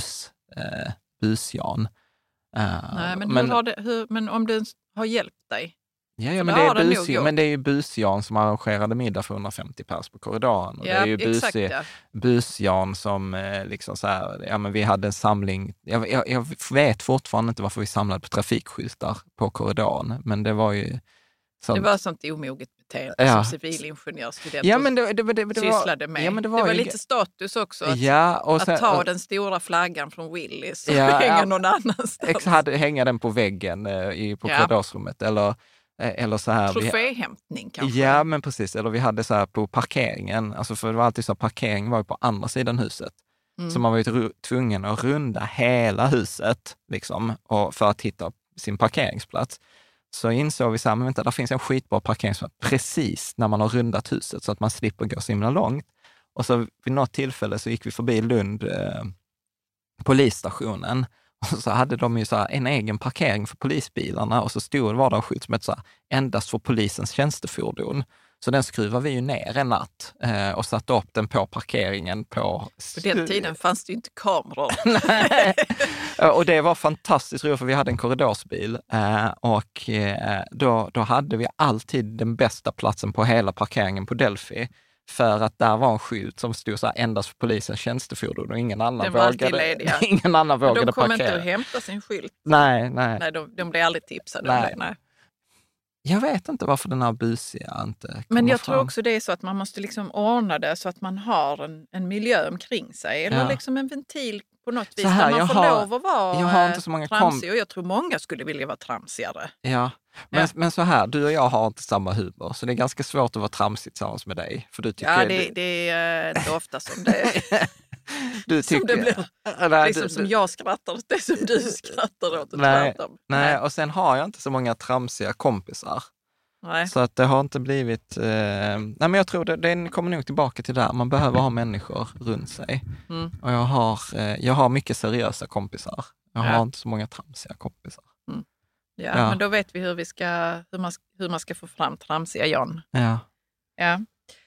busjan. Nej, men om det har hjälpt dig? Ja, men det är ju busjan som arrangerade middag för 150 pers på korridoren. Och det är ju busjan som liksom så här, men vi hade en samling. Jag vet fortfarande inte varför vi samlade på trafikskyltar på korridoren, men det var ju sånt. Det var sånt omoget beteende som civilingenjörsstudenter sysslade med. Ja, men det var lite status också att ta den stora flaggan från Willys och hänga någon annanstans. Hänga den på väggen på korridorsrummet eller så här. Troféhämtning kanske. Ja, men precis. Eller vi hade så här på parkeringen. Alltså för det var alltid så att parkeringen var ju på andra sidan huset. Så man var ju tvungen att runda hela huset liksom, och för att hitta sin parkeringsplats. Så insåg vi så här, men vänta, där finns en skitbra parkeringsplats precis när man har rundat huset så att man slipper gå så himla långt. Och så vid något tillfälle så gick vi förbi Lund polisstationen. Och så hade de ju så här en egen parkering för polisbilarna och så var det en skylt som hette så här, endast för polisens tjänstefordon. Så den skruvade vi ju ner en natt och satte upp den på parkeringen. På den tiden fanns det ju inte kameror. Nej. Och det var fantastiskt roligt för vi hade en korridorsbil och då hade vi alltid den bästa platsen på hela parkeringen på Delphi. För att där var en skylt som stod så här, endast för polisens tjänstefordon och ingen annan vågade parkera. De kom inte att hämta sin skylt. Nej, de blev aldrig tipsade om det. Nej. Jag vet inte varför den här busiga inte kommer Men jag fram. tror också det är så att man måste liksom ordna det så att man har en miljö omkring sig. Eller liksom en ventil på något vis. Där man får lov att vara tramsig. Och jag tror många skulle vilja vara tramsigare. Ja. Men så här, du och jag har inte samma humor. Så det är ganska svårt att vara tramsig tillsammans med dig. För du tycker det är inte ofta som det du tycker, som det blir. Liksom som jag skrattar åt det som du skrattar åt. Nej, och sen har jag inte så många tramsiga kompisar. Nej. Så att det har inte blivit... nej, men jag tror det kommer nog tillbaka till där. Man behöver ha människor runt sig. Och jag har mycket seriösa kompisar. Jag har inte så många tramsiga kompisar. Ja, men då vet vi hur man ska få fram tramsiga John. Ja.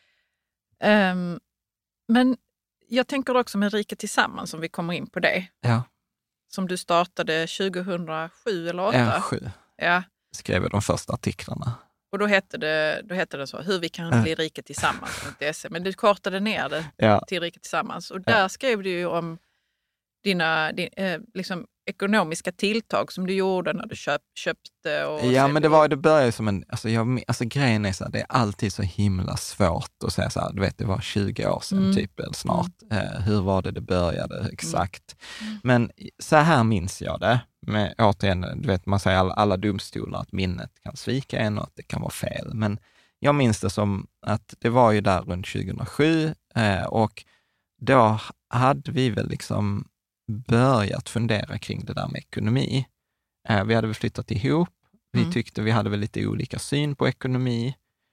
Men jag tänker också med Rika Tillsammans, som vi kommer in på det. Ja. Som du startade 2007 eller 2008. Ja, 2007. Ja. Skrev de första artiklarna. Och då hette det så, hur vi kan bli rika tillsammans.se. Men du kortade ner det till Rika Tillsammans. Och där skrev du ju om dina liksom ekonomiska tilltag som du gjorde när du köpte. Och men det började som en... Alltså grejen är så här, det är alltid så himla svårt att säga så här, du vet, det var 20 år sedan typ, eller snart. Hur var det började exakt? Men så här minns jag det. Med, återigen, du vet, man säger alla domstolar att minnet kan svika en och att det kan vara fel. Men jag minns det som att det var ju där runt 2007 och då hade vi väl liksom börjat fundera kring det där med ekonomi. Vi hade väl flyttat ihop. Vi tyckte vi hade väl lite olika syn på ekonomi.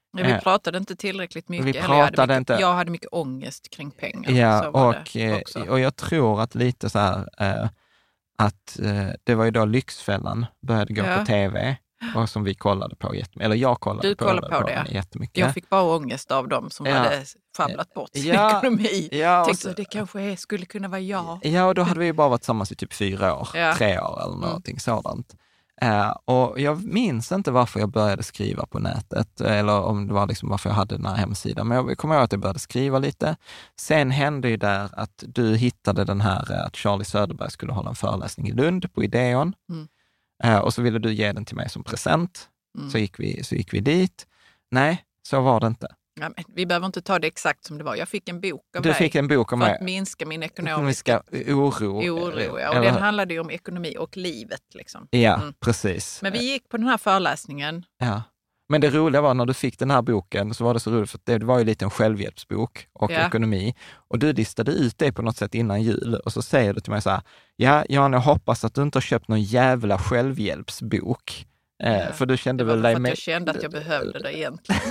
Men vi pratade inte tillräckligt mycket. Jag hade mycket ångest kring pengar. Ja, och jag tror att lite så här, att det var ju då Lyxfällan började gå på tv. Och som vi kollade på jättemycket. Eller jag kollade på det jättemycket. Jag fick bara ångest av dem som hade sjabblat bort sin ekonomi. Tänkte det kanske skulle kunna vara jag. Ja, och då hade vi ju bara varit tillsammans i typ 4 år, 3 år eller någonting sådant. Och jag minns inte varför jag började skriva på nätet, eller om det var liksom varför jag hade den här hemsidan. Men jag kommer ihåg att jag började skriva lite. Sen hände ju där att du hittade den här, att Charlie Söderberg skulle hålla en föreläsning i Lund på Ideon. Och så ville du ge den till mig som present. Så gick vi dit. Nej, så var det inte. Ja, men vi behöver inte ta det exakt som det var. Jag fick en bok av dig. Du fick en bok av mig. För att minska min ekonomiska oro. Ja. Och den handlade ju om ekonomi och livet. Liksom. Ja, precis. Men vi gick på den här föreläsningen. Ja. Men det roliga var när du fick den här boken så var det så roligt för det var ju lite en självhjälpsbok och ekonomi. Och du listade ut det på något sätt innan jul och så säger du till mig så här, ja, Jan, jag hoppas att du inte har köpt någon jävla självhjälpsbok. För du kände väl dig med... Jag kände att jag behövde det egentligen.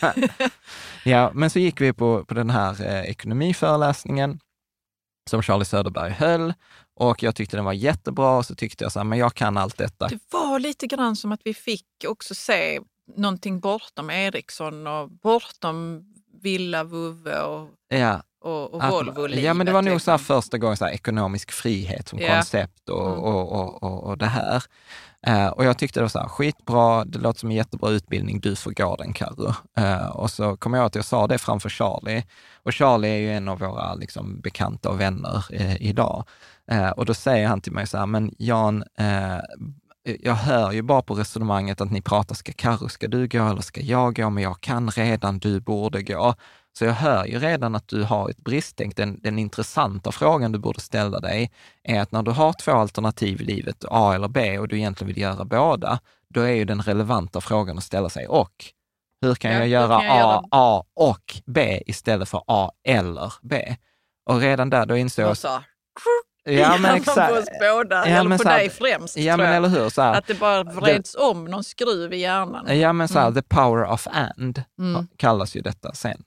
Ja, men så gick vi på den här ekonomiföreläsningen som Charlie Söderberg höll. Och jag tyckte den var jättebra och så tyckte jag så här, men jag kan allt detta. Det var lite grann som att vi fick också se någonting bortom Ericsson och bortom Villa Vuvve och Volvo-livet. Ja, men det var nog så här första gången så här, ekonomisk frihet som koncept och det här. Och jag tyckte det var så här, skitbra, det låter som en jättebra utbildning, du får gå den, Karo. Och så kom jag att jag sa det framför Charlie. Och Charlie är ju en av våra liksom, bekanta och vänner idag. Och då säger han till mig så här, men Jan, jag hör ju bara på resonemanget att ni pratar, ska du gå eller ska jag gå? Men jag kan redan, du borde gå. Så jag hör ju redan att du har ett bristtänk. Den intressanta frågan du borde ställa dig är att när du har 2 alternativ i livet, A eller B, och du egentligen vill göra båda, då är ju den relevanta frågan att ställa sig hur kan jag göra A och B istället för A eller B? Och redan där då insåg jag... Ja, men exakt. På oss båda, eller på dig främst. Ja, men eller hur? Så här, att det bara vreds om någon skruv i hjärnan. Ja, men så här, the power of and kallas ju detta sen.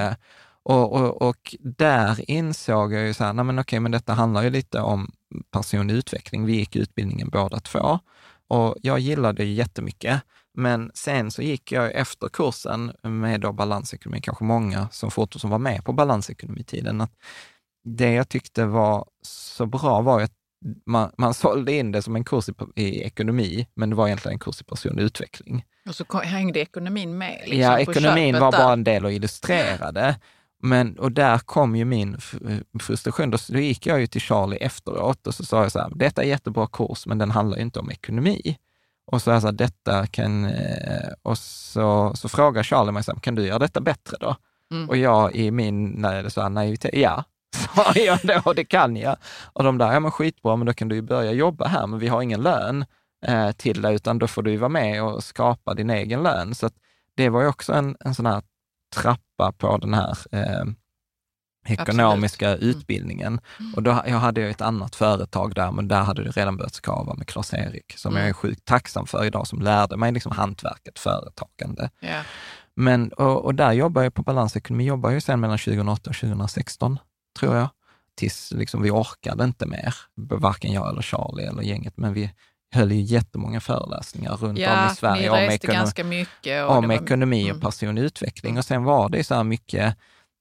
Och där insåg jag ju så här, nej men okej, men detta handlar ju lite om personlig utveckling. Vi gick utbildningen båda 2 och jag gillade det jättemycket. Men sen så gick jag efter kursen med då balansekonomi, kanske många som var med på balansekonomitiden, att det jag tyckte var så bra var att man sålde in det som en kurs i ekonomi, men det var egentligen en kurs i personlig utveckling. Och så hängde ekonomin med? Liksom, ja, ekonomin var bara en del och illustrerade. Och där kom ju min frustration. Då gick jag ju till Charlie efteråt och så sa jag så här, detta är jättebra kurs, men den handlar ju inte om ekonomi. Och så sa detta kan... Och så frågar Charlie mig så här, kan du göra detta bättre då? Och jag i min naivitet, ja. sa jag då, det kan jag. Och de där, ja men skitbra, men då kan du ju börja jobba här, men vi har ingen lön till det, utan då får du ju vara med och skapa din egen lön. Så att det var ju också en sån här trappa på den här ekonomiska utbildningen. Och då jag hade jag ett annat företag där, men där hade det redan börjat skava med Claes-Erik, som jag är sjukt tacksam för idag, som lärde mig liksom hantverket, företagande. Yeah. Men, och där jobbar jag på balansekonomi, jobbar jag sen mellan 2008 och 2016, tror jag. Tills liksom vi orkade inte mer, varken jag eller Charlie eller gänget, men vi höll ju jättemånga föreläsningar runt om i Sverige om ekonomi och personlig utveckling. Och sen var det så här mycket,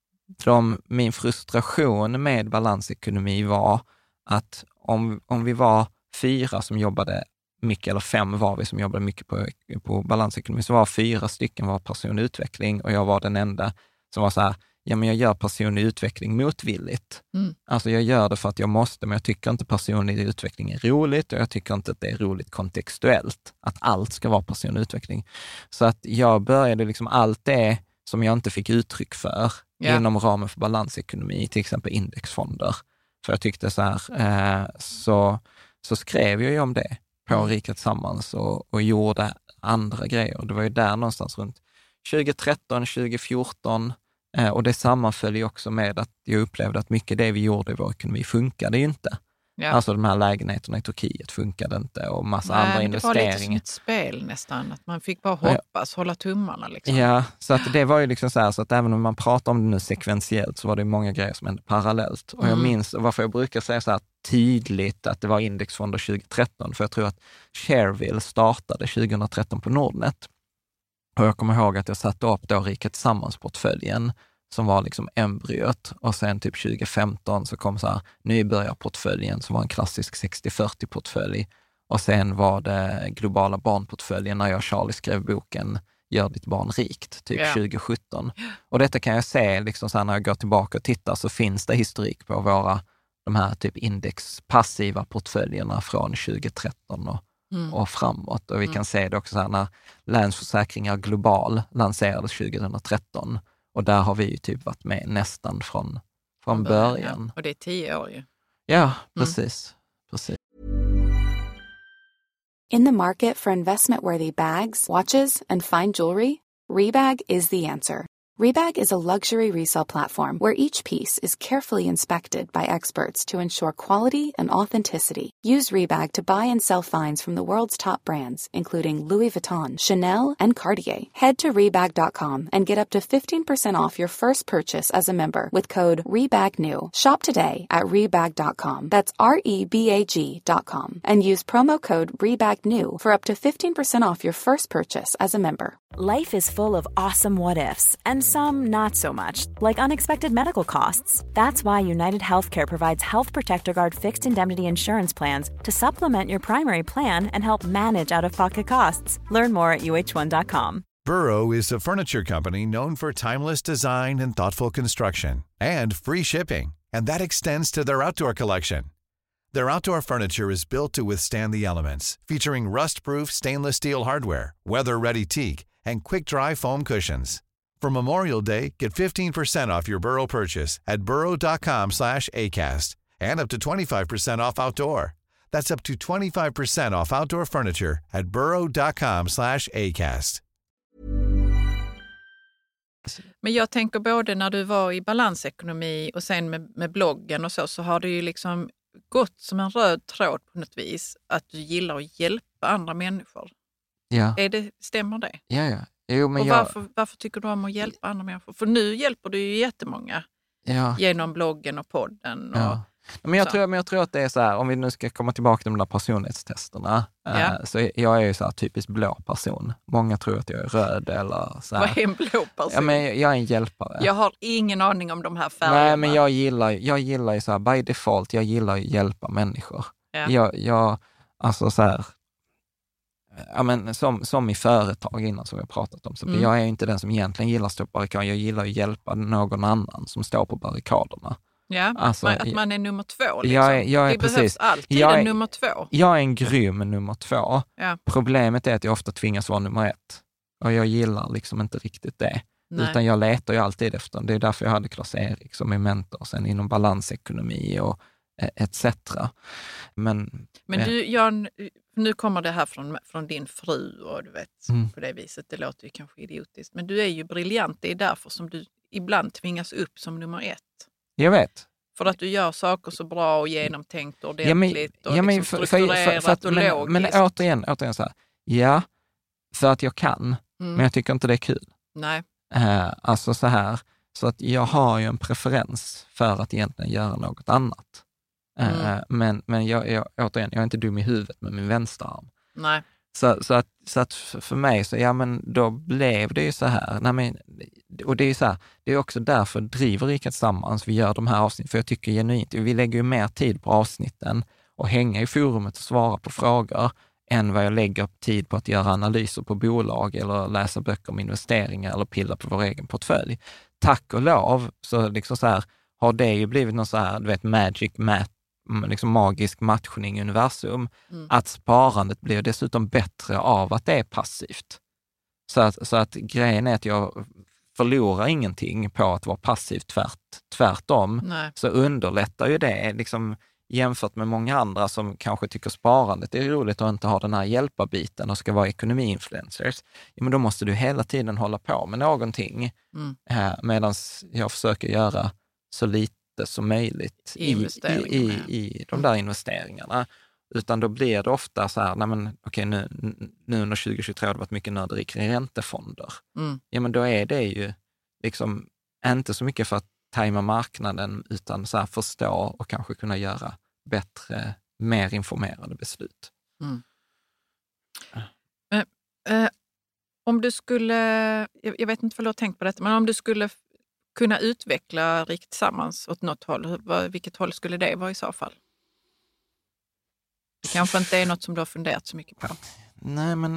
min frustration med balansekonomi var att om vi var 4 som jobbade mycket, eller 5 var vi som jobbade mycket på balansekonomi, så var 4 stycken var personlig utveckling och jag var den enda som var så här, ja men jag gör personlig utveckling motvilligt. Alltså jag gör det för att jag måste, men jag tycker inte personlig utveckling är roligt och jag tycker inte att det är roligt kontextuellt, att allt ska vara personlig utveckling. Så att jag började liksom allt det som jag inte fick uttryck för inom ramen för balansekonomi, till exempel indexfonder. För jag tyckte så här, så skrev jag ju om det på Rika Tillsammans och gjorde andra grejer. Det var ju där någonstans runt 2013, 2014, och det sammanföll ju också med att jag upplevde att mycket det vi gjorde i vår ekonomi funkade ju inte. Ja. Alltså de här lägenheterna i Turkiet funkade inte och massa andra investeringar. Det var lite som ett spel nästan, att man fick bara hoppas, hålla tummarna liksom. Ja, så att det var ju liksom så att även om man pratar om det nu sekventiellt så var det många grejer som hände parallellt. Och jag minns varför jag brukar säga så här tydligt att det var indexfonder 2013, för jag tror att Shareville startade 2013 på Nordnet. Och jag kommer ihåg att jag satte upp då Rika Tillsammans-portföljen som var liksom embryot, och sen typ 2015 så kom så här nybörjarportföljen som var en klassisk 60-40-portfölj, och sen var det globala barnportföljen när jag och Charlie skrev boken Gör ditt barn rikt, typ 2017. Och detta kan jag se liksom så här, när jag går tillbaka och tittar så finns det historik på de här typ indexpassiva portföljerna från 2013 och framåt. Och vi kan se det också så här när Länsförsäkringar Global lanserades 2013. Och där har vi ju typ varit med nästan från början. Ja. Och det är 10 år ju. Ja, precis. In the market for investment-worthy bags, watches, and fine jewelry, Rebag is the answer. Rebag is a luxury resale platform where each piece is carefully inspected by experts to ensure quality and authenticity. Use Rebag to buy and sell finds from the world's top brands, including Louis Vuitton, Chanel, and Cartier. Head to Rebag.com and get up to 15% off your first purchase as a member with code REBAGNEW. Shop today at Rebag.com. That's REBAG.com. And use promo code REBAGNEW for up to 15% off your first purchase as a member. Life is full of awesome what-ifs, and some not so much, like unexpected medical costs. That's why United Healthcare provides Health Protector Guard fixed indemnity insurance plans to supplement your primary plan and help manage out-of-pocket costs. Learn more at uh1.com. Burrow is a furniture company known for timeless design and thoughtful construction, and free shipping, and that extends to their outdoor collection. Their outdoor furniture is built to withstand the elements, featuring rust-proof stainless steel hardware, weather-ready teak, and quick-dry foam cushions. For Memorial Day, get 15% off your Burrow purchase at burrow.com/acast, and up to 25% off outdoor. That's up to 25% off outdoor furniture at burrow.com/acast. Men jag tänker både när du var i balansekonomi och sen med bloggen och så har det ju liksom gått som en röd tråd på något vis att du gillar att hjälpa andra människor. Ja. Stämmer det? Ja. Jo, men och varför tycker du om att hjälpa andra människor? För nu hjälper du ju jättemånga genom bloggen och podden. Och men jag tror att det är så här, om vi nu ska komma tillbaka till de där personlighetstesterna, så jag är ju så här typiskt blå person. Många tror att jag är röd eller så här. Vad är en blå person? Ja, men jag är en hjälpare. Jag har ingen aning om de här färgerna. Nej, men jag gillar ju så här, by default, jag gillar att hjälpa människor. Ja. Jag alltså så här, ja, men som i företag innan som vi har pratat om, så jag är ju inte den som egentligen gillar att stå på barrikaderna. Jag gillar att hjälpa någon annan som står på barrikaderna. Ja, alltså, att man är nummer 2. Liksom. Jag är det precis, behövs alltid en nummer 2. Jag är en grym nummer 2. Ja. Problemet är att jag ofta tvingas vara nummer 1. Och jag gillar liksom inte riktigt det. Nej. Utan jag letar ju alltid efter. Det är därför jag hade Klas-Erik som är mentor sen inom balansekonomi och etc. Men du, Jan, nu kommer det här från din fru och du vet, på det viset, det låter ju kanske idiotiskt. Men du är ju briljant, det är därför som du ibland tvingas upp som nummer 1. Jag vet. För att du gör saker så bra och genomtänkt och ordentligt och liksom strukturerat och logiskt. Men återigen så här. Ja, för att jag kan. Men jag tycker inte det är kul. Nej. Alltså så här. Så att jag har ju en preferens för att egentligen göra något annat. Men jag är inte dum i huvudet med min vänsterarm. Nej. Så att för mig så, ja men då blev det ju så här. Nej, men, och det är ju så här, det är också därför driver Rika Tillsammans, vi gör de här avsnitten, för jag tycker genuint, vi lägger ju mer tid på avsnitten och hänga i forumet och svara på frågor än vad jag lägger tid på att göra analyser på bolag eller läsa böcker om investeringar eller pilla på vår egen portfölj. Tack och lov så liksom så här, har det ju blivit någon så här, du vet, liksom magisk matchning i universum, att sparandet blir dessutom bättre av att det är passivt. Så att grejen är att jag förlorar ingenting på att vara passivt, tvärtom. Nej. Så underlättar ju det liksom, jämfört med många andra som kanske tycker sparandet är roligt och inte har den här hjälparbiten och ska vara ekonomi-influencers. Ja, men då måste du hela tiden hålla på med någonting medan jag försöker göra så lite syfte som möjligt i de där investeringarna. Utan då blir det ofta så här, nu under 2023 har det varit mycket nörderi kring räntefonder. Ja, men då är det ju liksom inte så mycket för att tajma marknaden, utan så här förstå och kanske kunna göra bättre, mer informerade beslut. Om du skulle, jag vet inte vad du har tänkt på detta, men om du skulle kunna utveckla Rika Tillsammans åt något håll, vilket håll skulle det vara i så fall? Det kanske inte är något som du har funderat så mycket på. Nej, men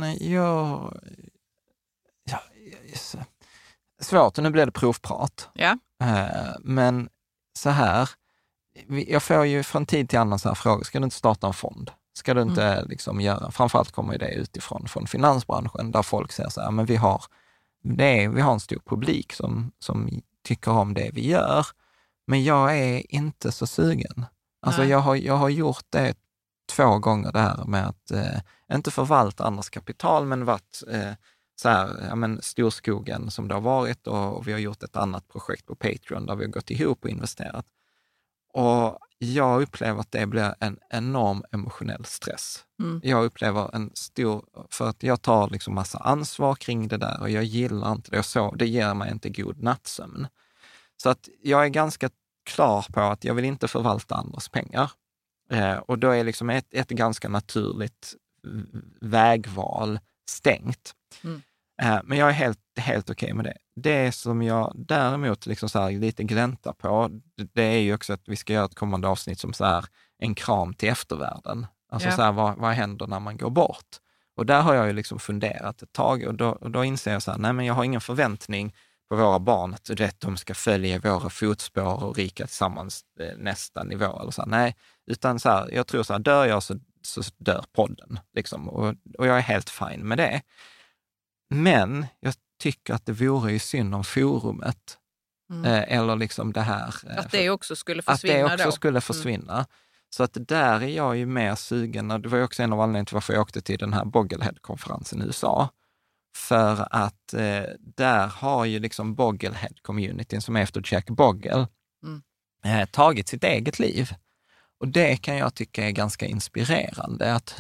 svårt, och nu blir det provprat. Ja. Men så här, jag får ju från tid till annan så här frågor, ska du inte starta en fond? Ska du inte liksom göra, framförallt kommer det utifrån från finansbranschen, där folk säger så här, men vi har en stor publik som tycker om det vi gör, men jag är inte så sugen. Alltså jag har gjort det 2 gånger, det här med att inte förvalta andras kapital, men varit så här, storskogen som det har varit, och vi har gjort ett annat projekt på Patreon där vi har gått ihop och investerat. Och jag upplever att det blir en enorm emotionell stress. Jag upplever en stor, för att jag tar liksom massa ansvar kring det där och jag gillar inte det, och så, det ger mig inte god nattsömn. Så att jag är ganska klar på att jag vill inte förvalta andras pengar. Och då är liksom ett ganska naturligt vägval stängt. Men jag är helt okej med det. Det som jag däremot liksom så här lite gläntar på, det är ju också att vi ska göra ett kommande avsnitt som så här en kram till eftervärlden. Alltså så här, vad händer när man går bort? Och där har jag ju liksom funderat ett tag, och då inser jag så här, nej, men jag har ingen förväntning på våra barn att de ska följa våra fotspår och Rika Tillsammans nästa nivå. Eller så här, nej, utan så här, jag tror så här, dör jag så dör podden. Liksom, och jag är helt fin med det. Men jag tycker att det vore ju synd om forumet. Eller liksom det här. Att det också skulle försvinna då. Att det också skulle försvinna. Så att där är jag ju mer sugen. Det var ju också en av anledningarna till varför jag åkte till den här Bogglehead-konferensen i USA. För att där har ju liksom Bogglehead-communityn, som är efter Jack Bogle, tagit sitt eget liv. Och det kan jag tycka är ganska inspirerande. Att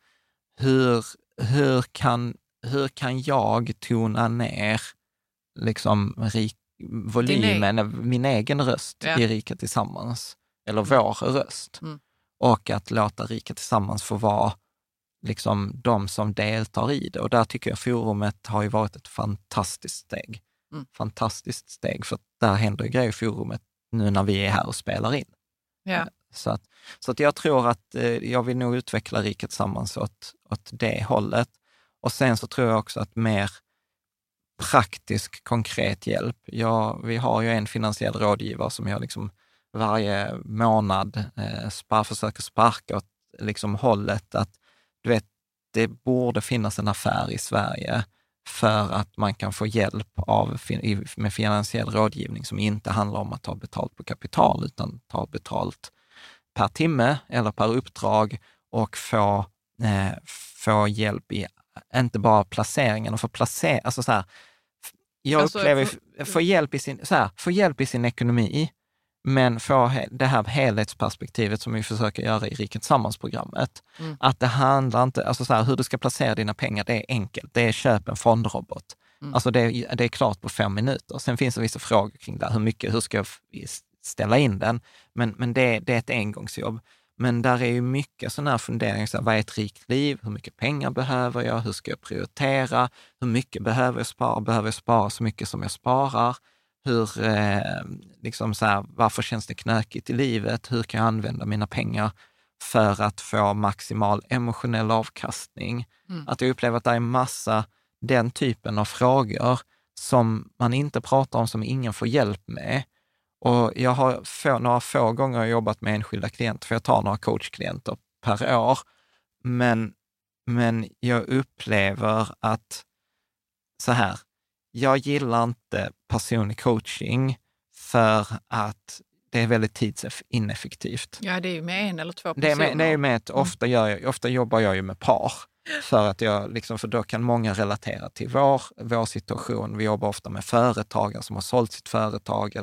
hur kan jag tona ner liksom volymen, min egen röst i Rika Tillsammans, eller vår röst, och att låta Rika Tillsammans få vara liksom de som deltar i det. Och där tycker jag forumet har ju varit ett fantastiskt steg. Fantastiskt steg, för där händer ju grejer i forumet nu när vi är här och spelar in. Ja. Så att jag tror att jag vill nog utveckla Rika Tillsammans åt det hållet. Och sen så tror jag också att mer praktisk, konkret hjälp. Vi har ju en finansiell rådgivare som jag liksom varje månad försöker sparka åt liksom hållet att, du vet, det borde finnas en affär i Sverige för att man kan få hjälp med finansiell rådgivning som inte handlar om att ta betalt på kapital, utan ta betalt per timme eller per uppdrag, och få hjälp i inte bara placeringen, och alltså så här, jag upplever få hjälp i sin ekonomi, men få det här helhetsperspektivet som vi försöker göra i Rika Tillsammans-programmet. Att det handlar inte, alltså så här, hur du ska placera dina pengar, det är enkelt. Det är köp en fondrobot. Alltså det är klart på 5 minuter. Sen finns det vissa frågor kring det. Hur ska jag ställa in den? Men det är ett engångsjobb. Men där är ju mycket sådana här funderingar. Så här, vad är ett rikt liv? Hur mycket pengar behöver jag? Hur ska jag prioritera? Hur mycket behöver jag spara? Behöver jag spara så mycket som jag sparar? Liksom så här, varför känns det knökigt i livet? Hur kan jag använda mina pengar för att få maximal emotionell avkastning? Att jag upplever att det är massa den typen av frågor som man inte pratar om, som ingen får hjälp med. Och jag har några få gånger jobbat med enskilda klienter, för jag tar några coachklienter per år. Men jag upplever att så här, jag gillar inte personlig coaching för att det är väldigt tidsineffektivt. Ja, det är ju med 1 eller 2 personer. Det är med att ofta jobbar jag ju med par. För att för då kan många relatera till vår situation. Vi jobbar ofta med företagare som har sålt sitt företag, eller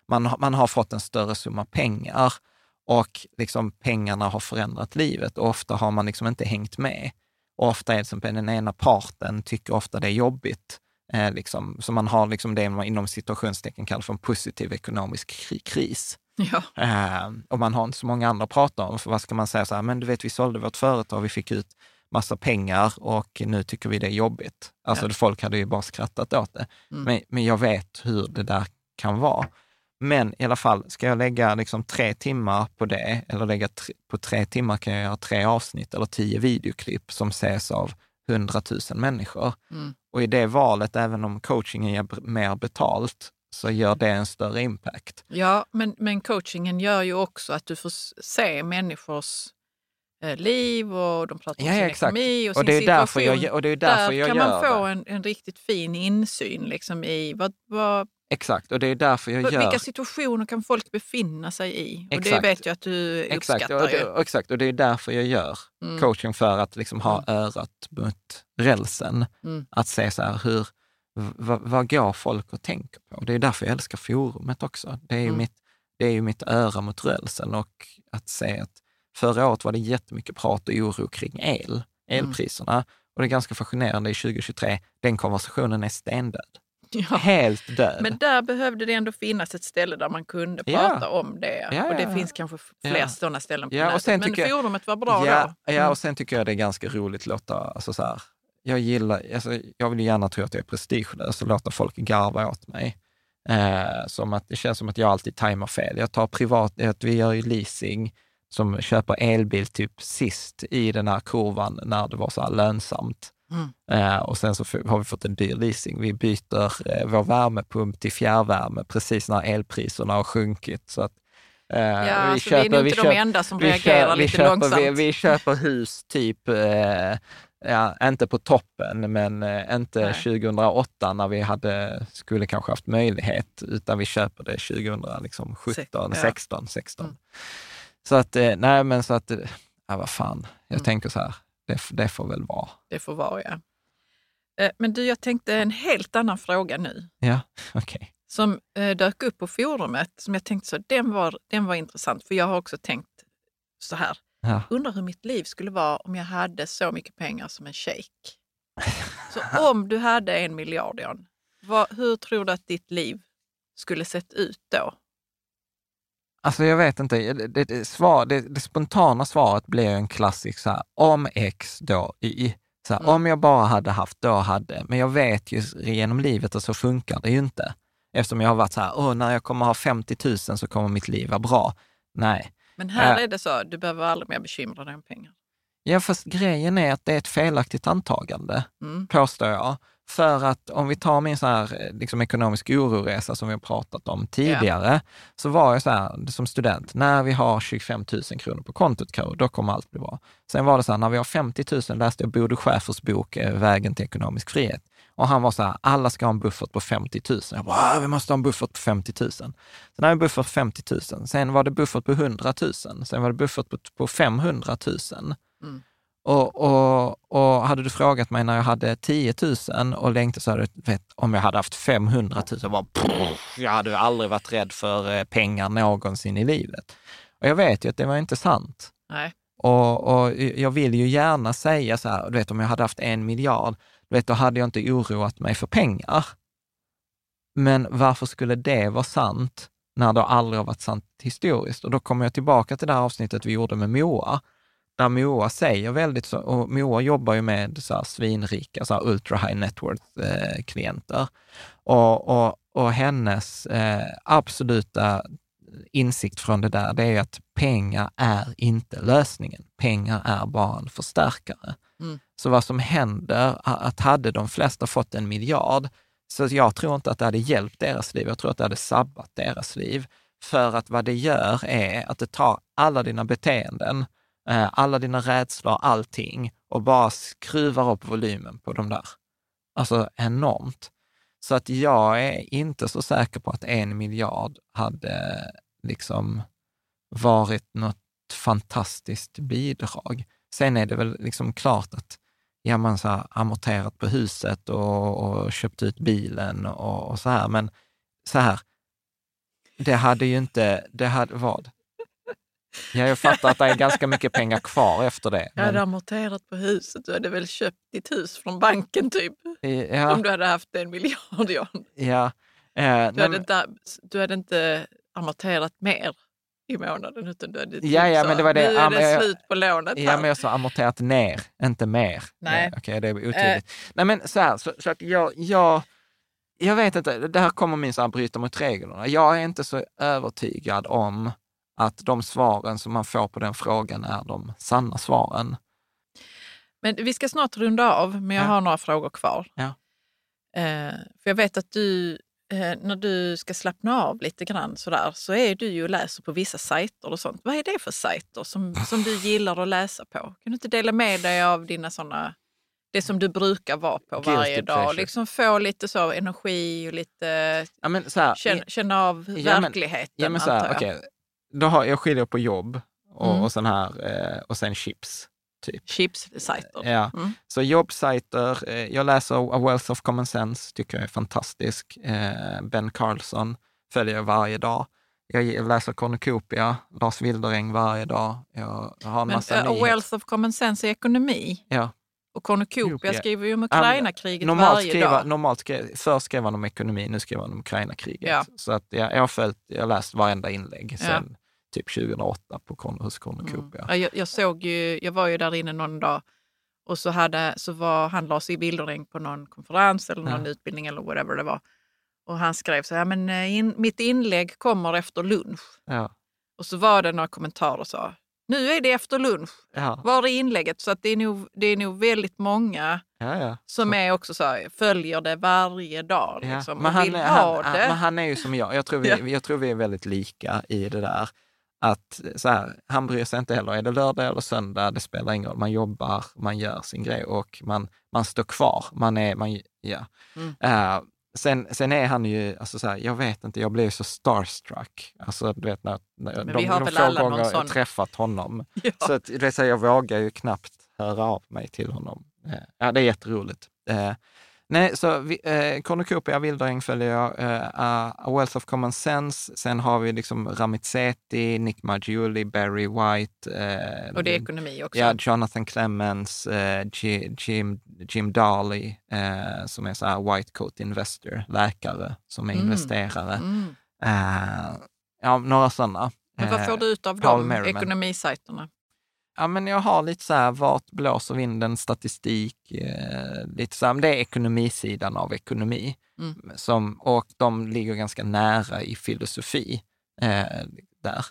man har fått en större summa pengar och liksom pengarna har förändrat livet och ofta har man liksom inte hängt med. Och ofta är det som den ena parten tycker ofta det är jobbigt. Liksom, så man har liksom det man inom situationstecken kallar för en positiv ekonomisk kris. Ja. Och man har inte så många andra att prata om. För vad ska man säga så här, men du vet vi sålde vårt företag, vi fick ut massa pengar och nu tycker vi det är jobbigt. Alltså folk hade ju bara skrattat åt det. Men jag vet hur det där kan vara. Men i alla fall, ska jag lägga liksom 3 timmar på det, eller lägga på 3 timmar kan jag göra 3 avsnitt eller 10 videoklipp som ses av 100 000 människor. Och i det valet, även om coachingen ger mer betalt, så gör det en större impact. Ja, men coachingen gör ju också att du får se människors liv och de pratar om sin ekonomi och sin situation. Där kan man få en riktigt fin insyn liksom i vad Exakt, och det är därför jag gör... Vilka situationer kan folk befinna sig i? Och det vet jag att du uppskattar. Exakt, och det är därför jag gör coaching, för att liksom ha örat mot rälsen. Att se så här, vad går folk och tänker på? Det är därför jag älskar forumet också. Det är ju mitt öra mot rälsen, och att se att förra året var det jättemycket prat och oro kring elpriserna. Och det är ganska fascinerande i 2023, den konversationen är stendöd. Ja. Helt död. Men där behövde det ändå finnas ett ställe där man kunde prata om det. Och det finns kanske fler sådana ställen på nätet. Men forumet var bra då. Ja, och sen tycker jag det är ganska roligt att låta, alltså så här, jag vill gärna tro att jag är prestigelös och låta folk garva åt mig. Det känns som att jag alltid tajmar fel. Jag tar privat, vi gör ju leasing som köper elbil typ sist i den här kurvan när det var så här lönsamt. Och sen så har vi fått en dyr leasing. Vi byter vår värmepump till fjärrvärme precis när elpriserna har sjunkit. Så att, vi är nog inte de enda som reagerar lite långsamt. Vi köper hus typ, inte på toppen, men inte 2008 när vi skulle kanske haft möjlighet, utan vi köper det 2016. Så att, vad fan, jag tänker så här. Det får väl vara. Det får vara, ja. Men du, jag tänkte en helt annan fråga nu. Ja, okej. Okay. Som dök upp på forumet, som jag tänkte så, den var intressant. För jag har också tänkt så här. Ja. Undrar hur mitt liv skulle vara om jag hade så mycket pengar som en shejk. Så om du hade 1 miljard, Jan, hur tror du att ditt liv skulle sett ut då? Alltså jag vet inte, det spontana svaret blir en klassisk så här, om X då Y. Så här, om jag bara hade haft, då hade. Men jag vet ju genom livet att så funkar det ju inte. Eftersom jag har varit så här, när jag kommer ha 50 000 så kommer mitt liv vara bra. Nej. Men här är det så, du behöver aldrig mer bekymra dig om pengar. Ja, fast grejen är att det är ett felaktigt antagande, påstår jag. För att om vi tar min så här, liksom ekonomisk ororesa som vi har pratat om tidigare, så var jag så här som student, när vi har 25 000 kronor på kontot, då kommer allt bli bra. Sen var det så här, när vi har 50 000 läste jag Bodo Schäfers bok Vägen till ekonomisk frihet. Och han var så här, alla ska ha en buffert på 50 000. Jag bara, vi måste ha en buffert på 50 000. Sen hade vi buffert på 50 000. Sen var det buffert på 100 000. Sen var det buffert på 500 000. Och hade du frågat mig när jag hade 10 000 och längtade så hade du, om jag hade haft 500 000, jag hade aldrig varit rädd för pengar någonsin i livet. Och jag vet ju att det var inte sant. Nej. Och jag vill ju gärna säga så här, du vet, om jag hade haft 1 miljard, du vet, då hade jag inte oroat mig för pengar. Men varför skulle det vara sant när det aldrig har varit sant historiskt? Och då kommer jag tillbaka till det här avsnittet vi gjorde med Moa. Där Moa säger väldigt så, och Moa jobbar ju med så här svinrika, så här ultra high net worth klienter. Och hennes absoluta insikt från det där, det är att pengar är inte lösningen. Pengar är bara en förstärkare. Så vad som händer, att hade de flesta fått 1 miljard, så jag tror inte att det hade hjälpt deras liv. Jag tror att det hade sabbat deras liv. För att vad det gör är att det tar alla dina beteenden, alla dina rädslor, allting, och bara skruvar upp volymen på dem där. Alltså enormt. Så att jag är inte så säker på att 1 miljard hade liksom varit något fantastiskt bidrag. Sen är det väl liksom klart att man så här amorterat på huset och köpt ut bilen och så här. Men så här, det hade ju inte, det hade vad? Ja, jag fattar att det är ganska mycket pengar kvar efter det. Jag hade amorterat på huset. Du hade väl köpt ditt hus från banken typ? Ja. Om du hade haft 1 miljard, Jan. Ja. Du hade inte amorterat mer i månaden, utan du hade men det var det. Nu är det slut på lånet här. Ja, men jag sa amorterat ner, inte mer. Nej. Okej, det är otydligt. Nej, men så här, så att jag vet inte, det här kommer minst att bryta mot reglerna. Jag är inte så övertygad om att de svaren som man får på den frågan är de sanna svaren. Men vi ska snart runda av, men jag har några frågor kvar. Ja. För jag vet att du, när du ska slappna av lite grann sådär, så är du ju och läser på vissa sajter och sånt. Vad är det för sajter som du gillar att läsa på? Kan du inte dela med dig av dina sådana, det som du brukar vara på varje dag? Liksom få lite så energi och lite känna av verkligheten. Men så här, okej. Då har jag skiljer på jobb och sån här och sen chips typ. Chips-sajter. Ja. Så jobbsajter, jag läser A Wealth of Common Sense, tycker jag är fantastisk. Ben Carlson följer jag varje dag. Jag läser Cornucopia, Lars Wildereng varje dag. Jag har en massa nyheter. A Wealth of Common Sense är ekonomi. Ja. Och Cornucopia skriver ju om Ukraina-kriget varje dag. Först skrev han om ekonomi, nu skriver han om Ukraina-kriget. Ja. Så att jag har läst varenda inlägg sen typ 2008 hos Cornucopia. Jag var ju där inne någon dag och så var han Lars i Wildereng på någon konferens eller någon utbildning eller whatever det var. Och han skrev så här, men mitt inlägg kommer efter lunch. Ja. Och så var det några kommentarer och sa, nu är det efter lunch. Ja. Var är inlägget? Så att det är nog väldigt många som är också så här, följer det varje dag. Liksom, men han är ju som jag. Jag tror vi är väldigt lika i det där. Att så här, han bryr sig inte heller. Är det lördag eller söndag? Det spelar ingen roll. Man jobbar, man gör sin grej och man står kvar. Sen är han ju, alltså så här, jag vet inte, jag blev så starstruck. Alltså du vet när de få gånger jag träffat honom. Ja. Så att, det är så här, jag vågar ju knappt höra av mig till honom. Ja, det är jätteroligt. Cornucopia, Wildereng följer jag, A Wealth of Common Sense. Sen har vi liksom Ramit Sethi, Nick Maggiulli, Barry White. Och det är ekonomi också. Ja, Jonathan Clemens, Jim Daly, som är så här white coat investor, läkare som är investerare. Några sådana. Men vad får du ut av de ekonomisajterna? Ja, men jag har lite så här, vart blåser vinden, statistik, lite så här, det är ekonomisidan av ekonomi. Och de ligger ganska nära i filosofi där.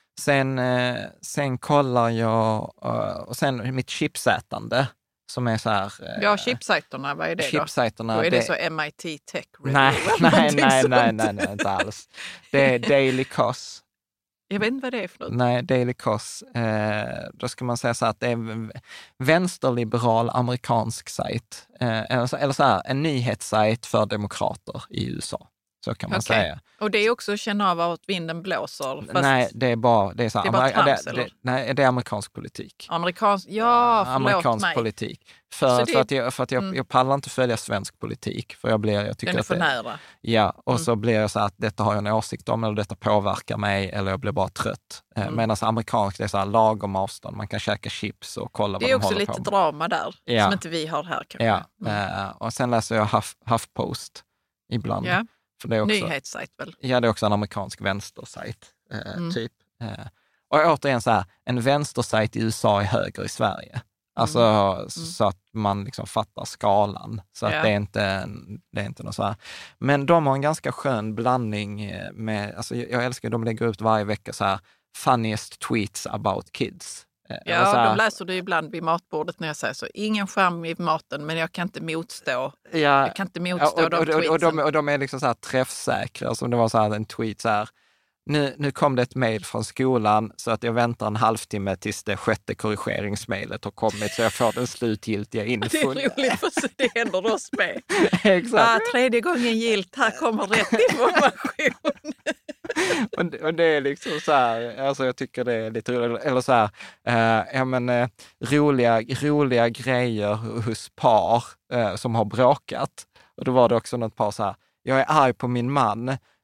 Sen kollar jag, och sen mitt chipsätande som är så här... Ja, chipsajterna, vad är det chipsajterna, då? Är det så MIT Tech Review? Nej, inte alls. Det är Daily Kos. Jag vet inte vad det är för något. Nej, Daily Kos. Då ska man säga så att det är en vänsterliberal amerikansk sajt. Eller så här, en nyhetssajt för demokrater i USA. Så kan man säga. Och det är också att känna av att vinden blåser? Fast nej, det är bara trams, nej, det är amerikansk politik. Amerikansk politik. För att jag pallar inte följa svensk politik. För jag tycker den är för nära. Ja, och så blir jag så att detta har jag en åsikt om, eller detta påverkar mig, eller jag blir bara trött. Medan amerikansk, det är så här lagom avstånd. Man kan käka chips och kolla vad de håller på med. Det är också lite drama där, som inte vi har här kanske. Ja, och sen läser jag HuffPost ibland. Ja. För det är också, nyhetssajt väl? Ja, det är också en amerikansk vänstersajt, typ. Och återigen så här, en vänstersajt i USA är höger i Sverige. Alltså så att man liksom fattar skalan. Så att det är inte något så här. Men de har en ganska skön blandning med, alltså jag älskar, de lägger ut varje vecka så här, funniest tweets about kids. Ja, de läser du ibland vid matbordet när jag säger så. Ingen skärm i maten, men jag kan inte motstå. Jag kan inte motstå de tweetsen. Och de är liksom så här träffsäkra. Som det var så här en tweet så här. Nu kom det ett mejl från skolan så att jag väntar en halvtimme tills det 6:e korrigeringsmejlet har kommit så jag får den slutgiltiga infon. Det är roligt för det händer oss med. Exakt. 3:e gången gilt, här kommer rätt information. Och det är liksom så här, alltså jag tycker det är lite roligt, eller så här, roliga grejer hos par som har bråkat. Och då var det också något par så här, jag är arg på min man,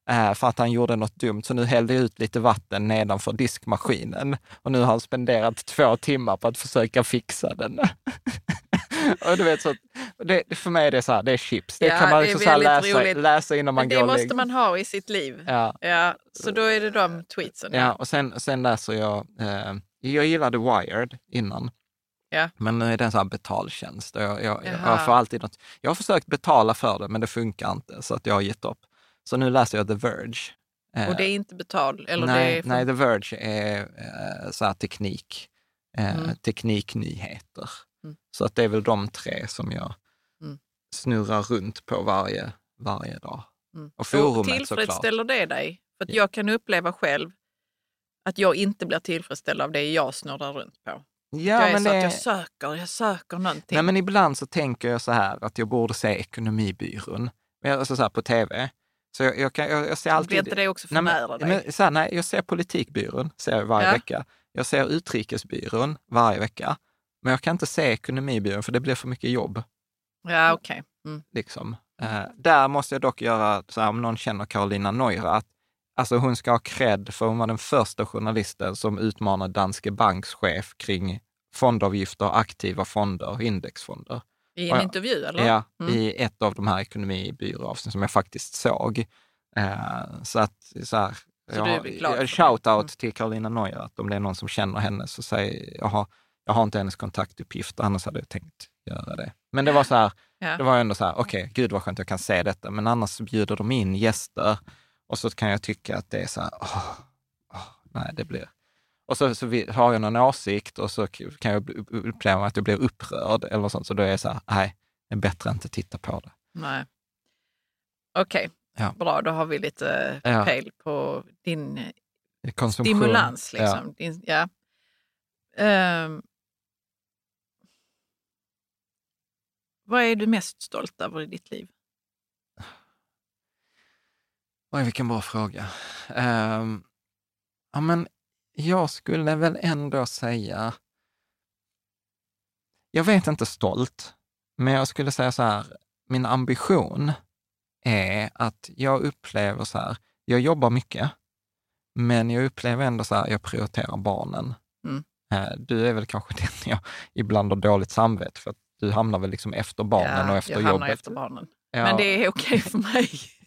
för att han gjorde något dumt. Så nu hällde jag ut lite vatten nedanför diskmaskinen. Och nu har han spenderat 2 timmar på att försöka fixa den. Och du vet, så för mig är det så här, det är chips. Det kan man liksom så här läsa innan man går och lägger. Det måste man ha i sitt liv. Ja, så då är det de tweetsen. Ja, och sen läser jag gillade Wired innan. Ja. Men nu är det en sån här betaltjänst. Jag får alltid något. Jag har försökt betala för det, men det funkar inte. Så att jag har gett upp. Så nu läser jag The Verge. Och det är inte betal? Eller nej, The Verge är så här tekniknyheter. Så att det är väl de 3 som jag snurrar runt på varje dag. Och forumet tillfredsställer det dig? För att jag kan uppleva själv att jag inte blir tillfredsställd av det jag snurrar runt på. Ja, men jag söker någonting. Nej, men ibland så tänker jag så här att jag borde se Ekonomibyrån. Alltså så här på tv. Så jag ser alltid... Blir inte det också för nära dig? Nej, jag ser Politikbyrån varje vecka. Jag ser Utrikesbyrån varje vecka. Men jag kan inte se Ekonomibyrån för det blir för mycket jobb. Ja, okej. Liksom. Där måste jag dock göra, så här, om någon känner Carolina Neurath, alltså hon ska ha cred för hon var den första journalisten som utmanade Danske Banks chef kring fondavgifter, aktiva fonder, indexfonder. I en intervju, eller? Ja, i ett av de här ekonomibyråavsnitt som jag faktiskt såg. Så att så här, shout-out till Carolina Neurath, om det är någon som känner henne så säger jag har inte hennes kontaktuppgifter, annars hade jag tänkt göra det. Men det var så här, det var ändå så här, okej, gud vad skönt jag kan se detta, men annars bjuder de in gäster och så kan jag tycka att det är så här, nej det blir... Och så har jag någon åsikt och så kan jag uppleva att jag blir upprörd eller sånt, så då är jag så här, nej, det är bättre än att inte titta på det. Nej. Okej. Bra, då har vi lite pejl på din stimulans. Liksom. Vad är du mest stolt över i ditt liv? Oj, vilken bra fråga. Men jag skulle väl ändå säga, jag vet inte stolt, men jag skulle säga så här, min ambition är att jag upplever så här, jag jobbar mycket, men jag upplever ändå så här, jag prioriterar barnen. Du är väl kanske den jag ibland har dåligt samvete för att du hamnar väl liksom efter barnen och efter jobbet. Jag hamnar efter barnen. Ja. Men det är okej för mig.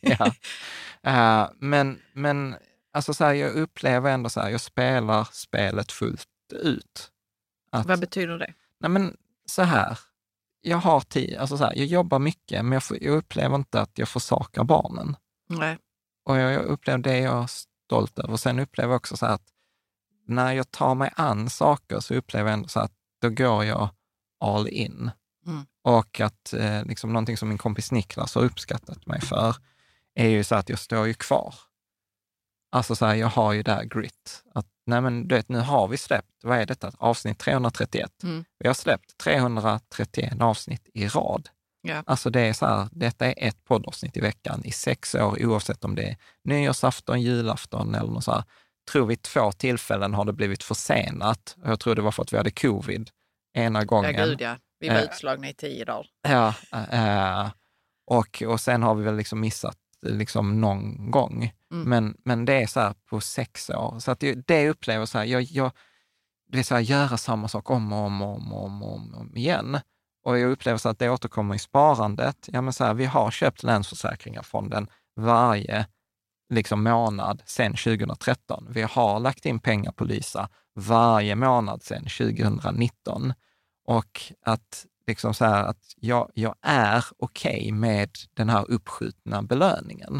Men alltså så här, jag upplever ändå så här, jag spelar spelet fullt ut. Vad betyder det? Nej, men så här, jag har tid, alltså så här, jag jobbar mycket, men jag upplever inte att jag försakar barnen. Nej. Och jag upplever det jag är stolt över. Och sen upplever jag också så här att när jag tar mig an saker så upplever jag ändå så att då går jag all in. Och att liksom någonting som min kompis Niklas har uppskattat mig för är ju så att jag står ju kvar. Alltså så här, jag har ju där grit. Att, nej men du vet, nu har vi släppt, vad är detta? Avsnitt 331. Vi har släppt 331 avsnitt i rad. Ja. Alltså det är så här, detta är ett poddavsnitt i veckan i 6 år, oavsett om det är nyårsafton, julafton eller något så här. Tror vi 2 tillfällen har det blivit försenat. Jag tror det var för att vi hade covid ena gången. Ja, gud ja. Vi var utslagna i 10 dagar. Ja, och sen har vi väl liksom missat liksom någon gång. Men det är så här på 6 år. Så att det upplever så här, det är så här, göra samma sak om igen. Och jag upplever så att det återkommer i sparandet. Ja, men så här, vi har köpt Länsförsäkringarfonden varje liksom månad sedan 2013. Vi har lagt in pengar på Lysa varje månad sedan 2019. Och att liksom så här, att jag är okej med den här uppskjutna belöningen.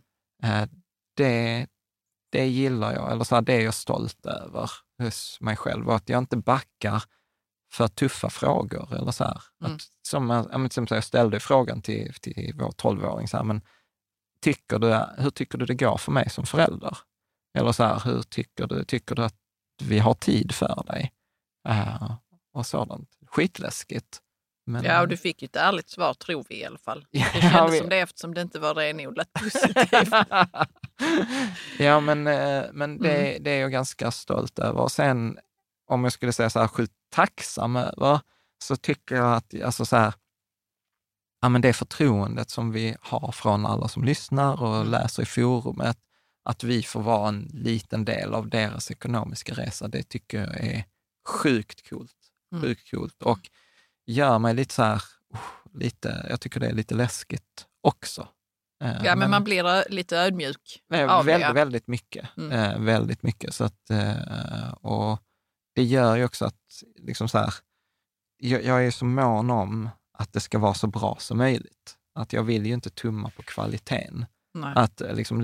Det gillar jag, eller så här, det är jag stolt över hos mig själv. Och att jag inte backar för tuffa frågor. Eller så här. Att, som jag ställde frågan till vår 12-åring, så här, men hur tycker du det går för mig som förälder? Eller så här, hur tycker du att vi har tid för dig? Och sådant. Skitläskigt. Men, ja, och du fick ju ett ärligt svar, tror vi i alla fall. Det kändes som det eftersom det inte var renodlat positivt. Ja, men det är jag ganska stolt över. Och sen, om jag skulle säga så här, sjukt tacksam över, så tycker jag att, alltså så här, men det förtroendet som vi har från alla som lyssnar och läser i forumet, att vi får vara en liten del av deras ekonomiska resa, det tycker jag är sjukt coolt. Sjukt coolt. Och gör mig lite så här, jag tycker det är lite läskigt också. Ja, men man blir lite ödmjuk av väldigt mycket. Väldigt mycket. Så att, och det gör ju också att liksom så här, jag är så mån om att det ska vara så bra som möjligt. Att jag vill ju inte tumma på kvaliteten. Nej. Att liksom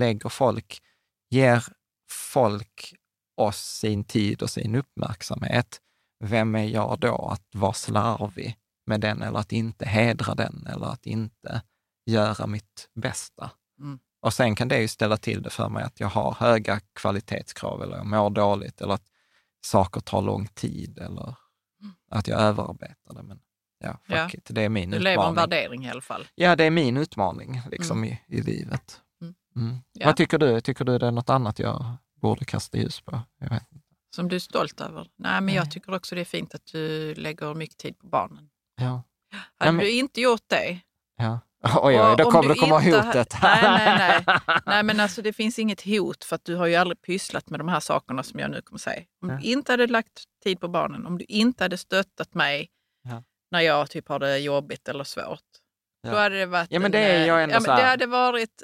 ger folk oss sin tid och sin uppmärksamhet. Vem är jag då att vara slarvig med den, eller att inte hedra den, eller att inte göra mitt bästa. Och sen kan det ju ställa till det för mig att jag har höga kvalitetskrav, eller jag mår dåligt, eller att saker tar lång tid, eller att jag överarbetar det. Men fuck it, det är min utmaning. Du lever en värdering i alla fall. Ja, det är min utmaning liksom i livet. Ja. Vad tycker du? Tycker du det är något annat jag borde kasta ljus på? Jag vet inte. Som du är stolt över? Nej, men jag tycker också det är fint att du lägger mycket tid på barnen. Ja. Hade du inte gjort det? Ja. Oj, då kommer hotet. Nej, men alltså det finns inget hot, för att du har ju aldrig pysslat med de här sakerna som jag nu kommer säga. Om du inte hade lagt tid på barnen, om du inte hade stöttat mig när jag typ har det jobbigt eller svårt, då hade det varit det hade varit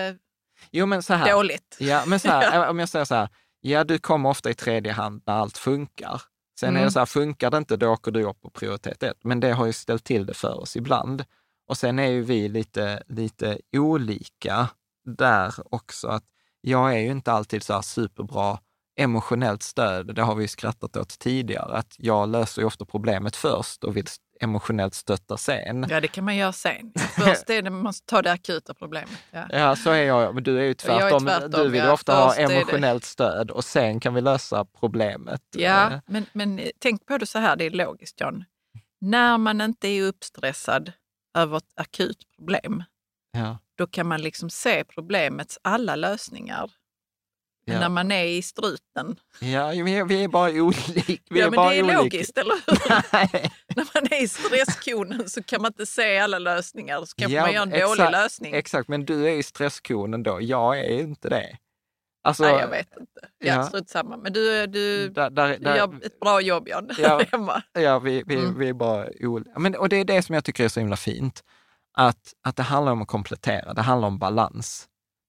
dåligt. Ja, men så här, om jag säger så här, du kommer ofta i tredje hand när allt funkar. Sen är det så här, funkar det inte, då åker du upp på prioritet 1. Men det har ju ställt till det för oss ibland. Och sen är ju vi lite olika där också. Att jag är ju inte alltid så här superbra emotionellt stöd. Det har vi ju skrattat åt tidigare. Att jag löser ju ofta problemet först och vill emotionellt stötta sen. Ja, det kan man göra sen. Först är det man måste ta det akuta problemet. Ja, så är jag. Men du är ju tvärtom. Du vill ju ofta ha emotionellt stöd och sen kan vi lösa problemet. Ja, men tänk på det så här, det är logiskt, John. När man inte är uppstressad över ett akut problem, då kan man liksom se problemets alla lösningar. Men när man är i struten... Ja, vi är bara olika. Men det är logiskt, eller hur? När man är i stresskonen så kan man inte se alla lösningar. Så kanske man gör en dålig lösning. Exakt, men du är i stresskonen då. Jag är inte det. Alltså, nej, jag vet inte. Strunt samma. Men du gör ett bra jobb, Jan. Ja, vi är bara olika. Och det är det som jag tycker är så himla fint. Att det handlar om att komplettera. Det handlar om balans.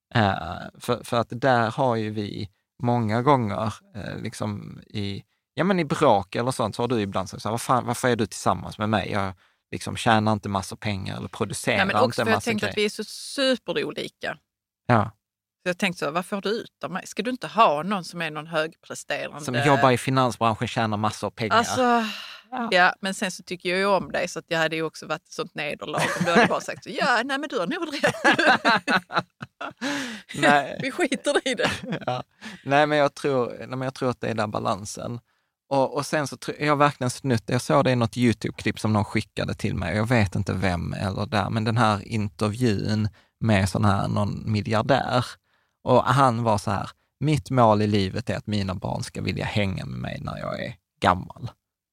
För att där har ju vi många gånger liksom i bråk eller sånt, så har du ibland sagt så här, varför är du tillsammans med mig? Jag liksom tjänar inte massa pengar eller producerar inte massa grejer. Men också för jag tänkte att vi är så superolika. Ja. Så jag tänkte så, vad får du ut av mig? Ska du inte ha någon som är någon högpresterande? Som jobbar i finansbranschen, tjänar massor av pengar. Alltså, ja, men sen så tycker jag ju om dig, så att jag hade ju också varit ett sånt nederlag om du hade bara sagt så, men du har nog rätt. Nej. Vi skiter i det. Ja. Nej, men jag tror att det är den balansen. Och sen så tror jag verkligen snutt. Jag såg det i något YouTube-klipp som någon skickade till mig. Jag vet inte vem eller där, men den här intervjun med någon miljardär. Och han var så här, mitt mål i livet är att mina barn ska vilja hänga med mig när jag är gammal.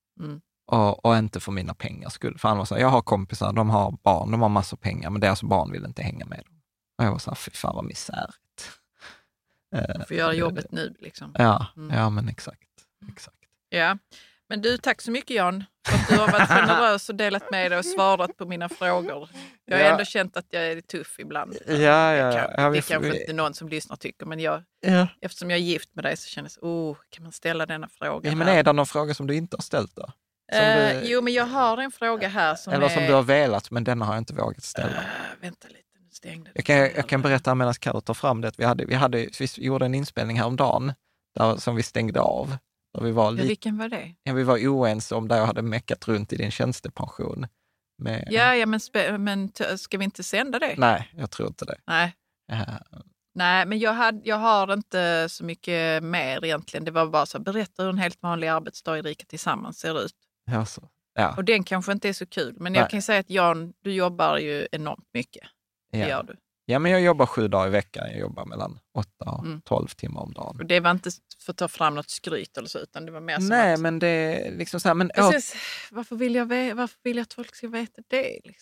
Och inte för mina pengars skull. För han var så här, jag har kompisar, de har barn, de har massor pengar, men deras barn vill inte hänga med dem. Och jag var så här, fy fan vad misärigt. Du får göra jobbet nu liksom. Ja, men exakt. Ja, men du, tack så mycket, Jan, för att du har varit generös och delat med dig och svarat på mina frågor. Jag har ändå känt att jag är tuff ibland. Det kanske inte någon som lyssnar tycker, men eftersom jag är gift med dig så känns kan man ställa denna fråga? Ja, men är det någon fråga som du inte har ställt då? Jo, men jag har en fråga här som du har velat, men denna har jag inte vågat ställa. Vänta lite, nu stängde jag kan berätta medan Carro tar fram det. Vi gjorde en inspelning häromdagen som vi stängde av. Vilken var det? Ja, vi var oense om där jag hade meckat runt i din tjänstepension. Men ska vi inte sända det? Nej, jag tror inte det. Nej. Nej, men jag har inte så mycket mer egentligen. Det var bara så, berätta hur en helt vanlig arbetsdag i Rika Tillsammans ser ut. Ja. Och den kanske inte är så kul. Men jag kan säga att Jan, du jobbar ju enormt mycket. Det gör du. Ja, men jag jobbar 7 dagar i veckan. Jag jobbar mellan 8 och 12 timmar om dagen. Och det var inte för att ta fram något skryt eller så, utan det var mer som nej, men det är liksom så här... Men, varför vill jag att folk ska veta det? Liksom?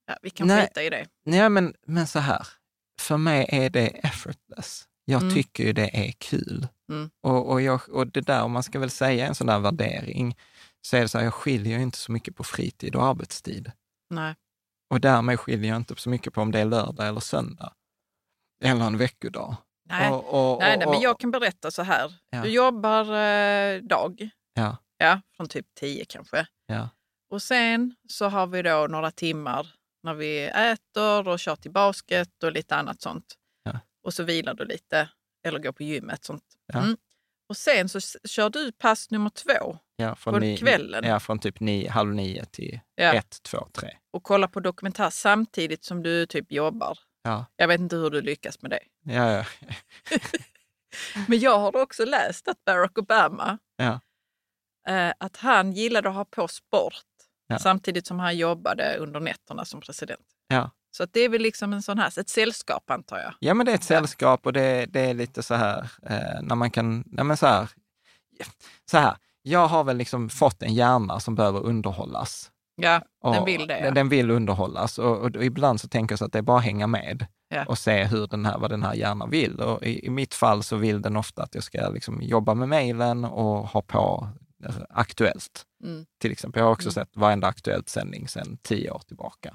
Ja, vi kan skita i det. Nej, men så här. För mig är det effortless. Jag tycker ju det är kul. Och det där, om man ska väl säga en sån där värdering, så är det så här, jag skiljer ju inte så mycket på fritid och arbetstid. Nej. Och därmed skiljer jag inte så mycket på om det är lördag eller söndag. Eller en veckodag. Nej, nej, men jag kan berätta så här. Ja. Du jobbar dag. Ja. Ja, från typ 10 kanske. Ja. Och sen så har vi då några timmar när vi äter och kör till basket och lite annat sånt. Ja. Och så vilar du lite eller går på gymmet. Sånt. Ja. Och sen så kör du pass nummer 2 på kvällen. Ja, från typ 8:30 till 1, 2, 3. Och kolla på dokumentär samtidigt som du typ jobbar. Ja. Jag vet inte hur du lyckas med det. Ja. Men jag har också läst att Barack Obama, att han gillade att ha på sport samtidigt som han jobbade under nätterna som president. Ja. Så att det är väl liksom en sån här, ett sällskap antar jag. Ja, men det är ett sällskap och det är lite så här, när man kan, så här, jag har väl liksom fått en hjärna som behöver underhållas. Ja, den vill det. Ja. Den vill underhållas och ibland så tänker jag så att det är bara att hänga med och se vad den här hjärnan vill. Och i mitt fall så vill den ofta att jag ska liksom jobba med mejlen och ha på Aktuellt. Till exempel, jag har också sett varenda Aktuellt sändning sedan 10 år tillbaka.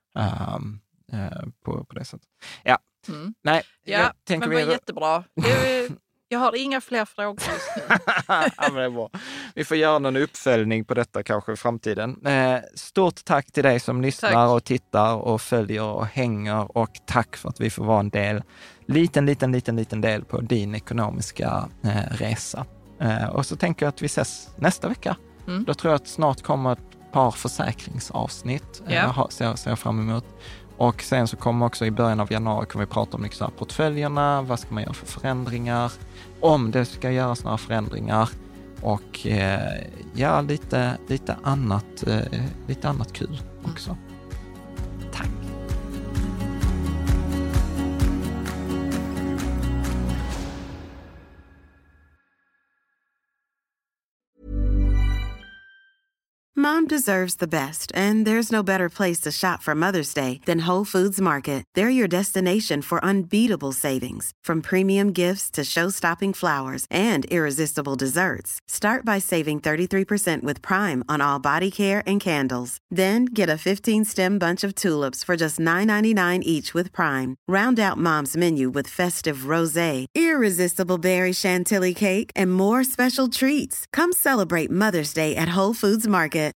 På det sättet. Ja. Nej, ja, men det var jättebra. Jag har inga fler frågor just nu. Ja, men det är bra. Vi får göra någon uppföljning på detta kanske i framtiden. Stort tack till dig som lyssnar och tittar och följer och hänger. Och tack för att vi får vara en del, liten del på din ekonomiska resa. Och så tänker jag att vi ses nästa vecka. Då tror jag att snart kommer ett par försäkringsavsnitt. Ser jag fram emot. Och sen så kommer också i början av januari kommer vi prata om liksom portföljerna, vad ska man göra för förändringar, om det ska göras några förändringar och lite annat kul också. Tack. Mom deserves the best, and there's no better place to shop for Mother's Day than Whole Foods Market. They're your destination for unbeatable savings, from premium gifts to show-stopping flowers and irresistible desserts. Start by saving 33% with Prime on all body care and candles. Then get a 15-stem bunch of tulips for just $9.99 each with Prime. Round out Mom's menu with festive rosé, irresistible berry chantilly cake, and more special treats. Come celebrate Mother's Day at Whole Foods Market.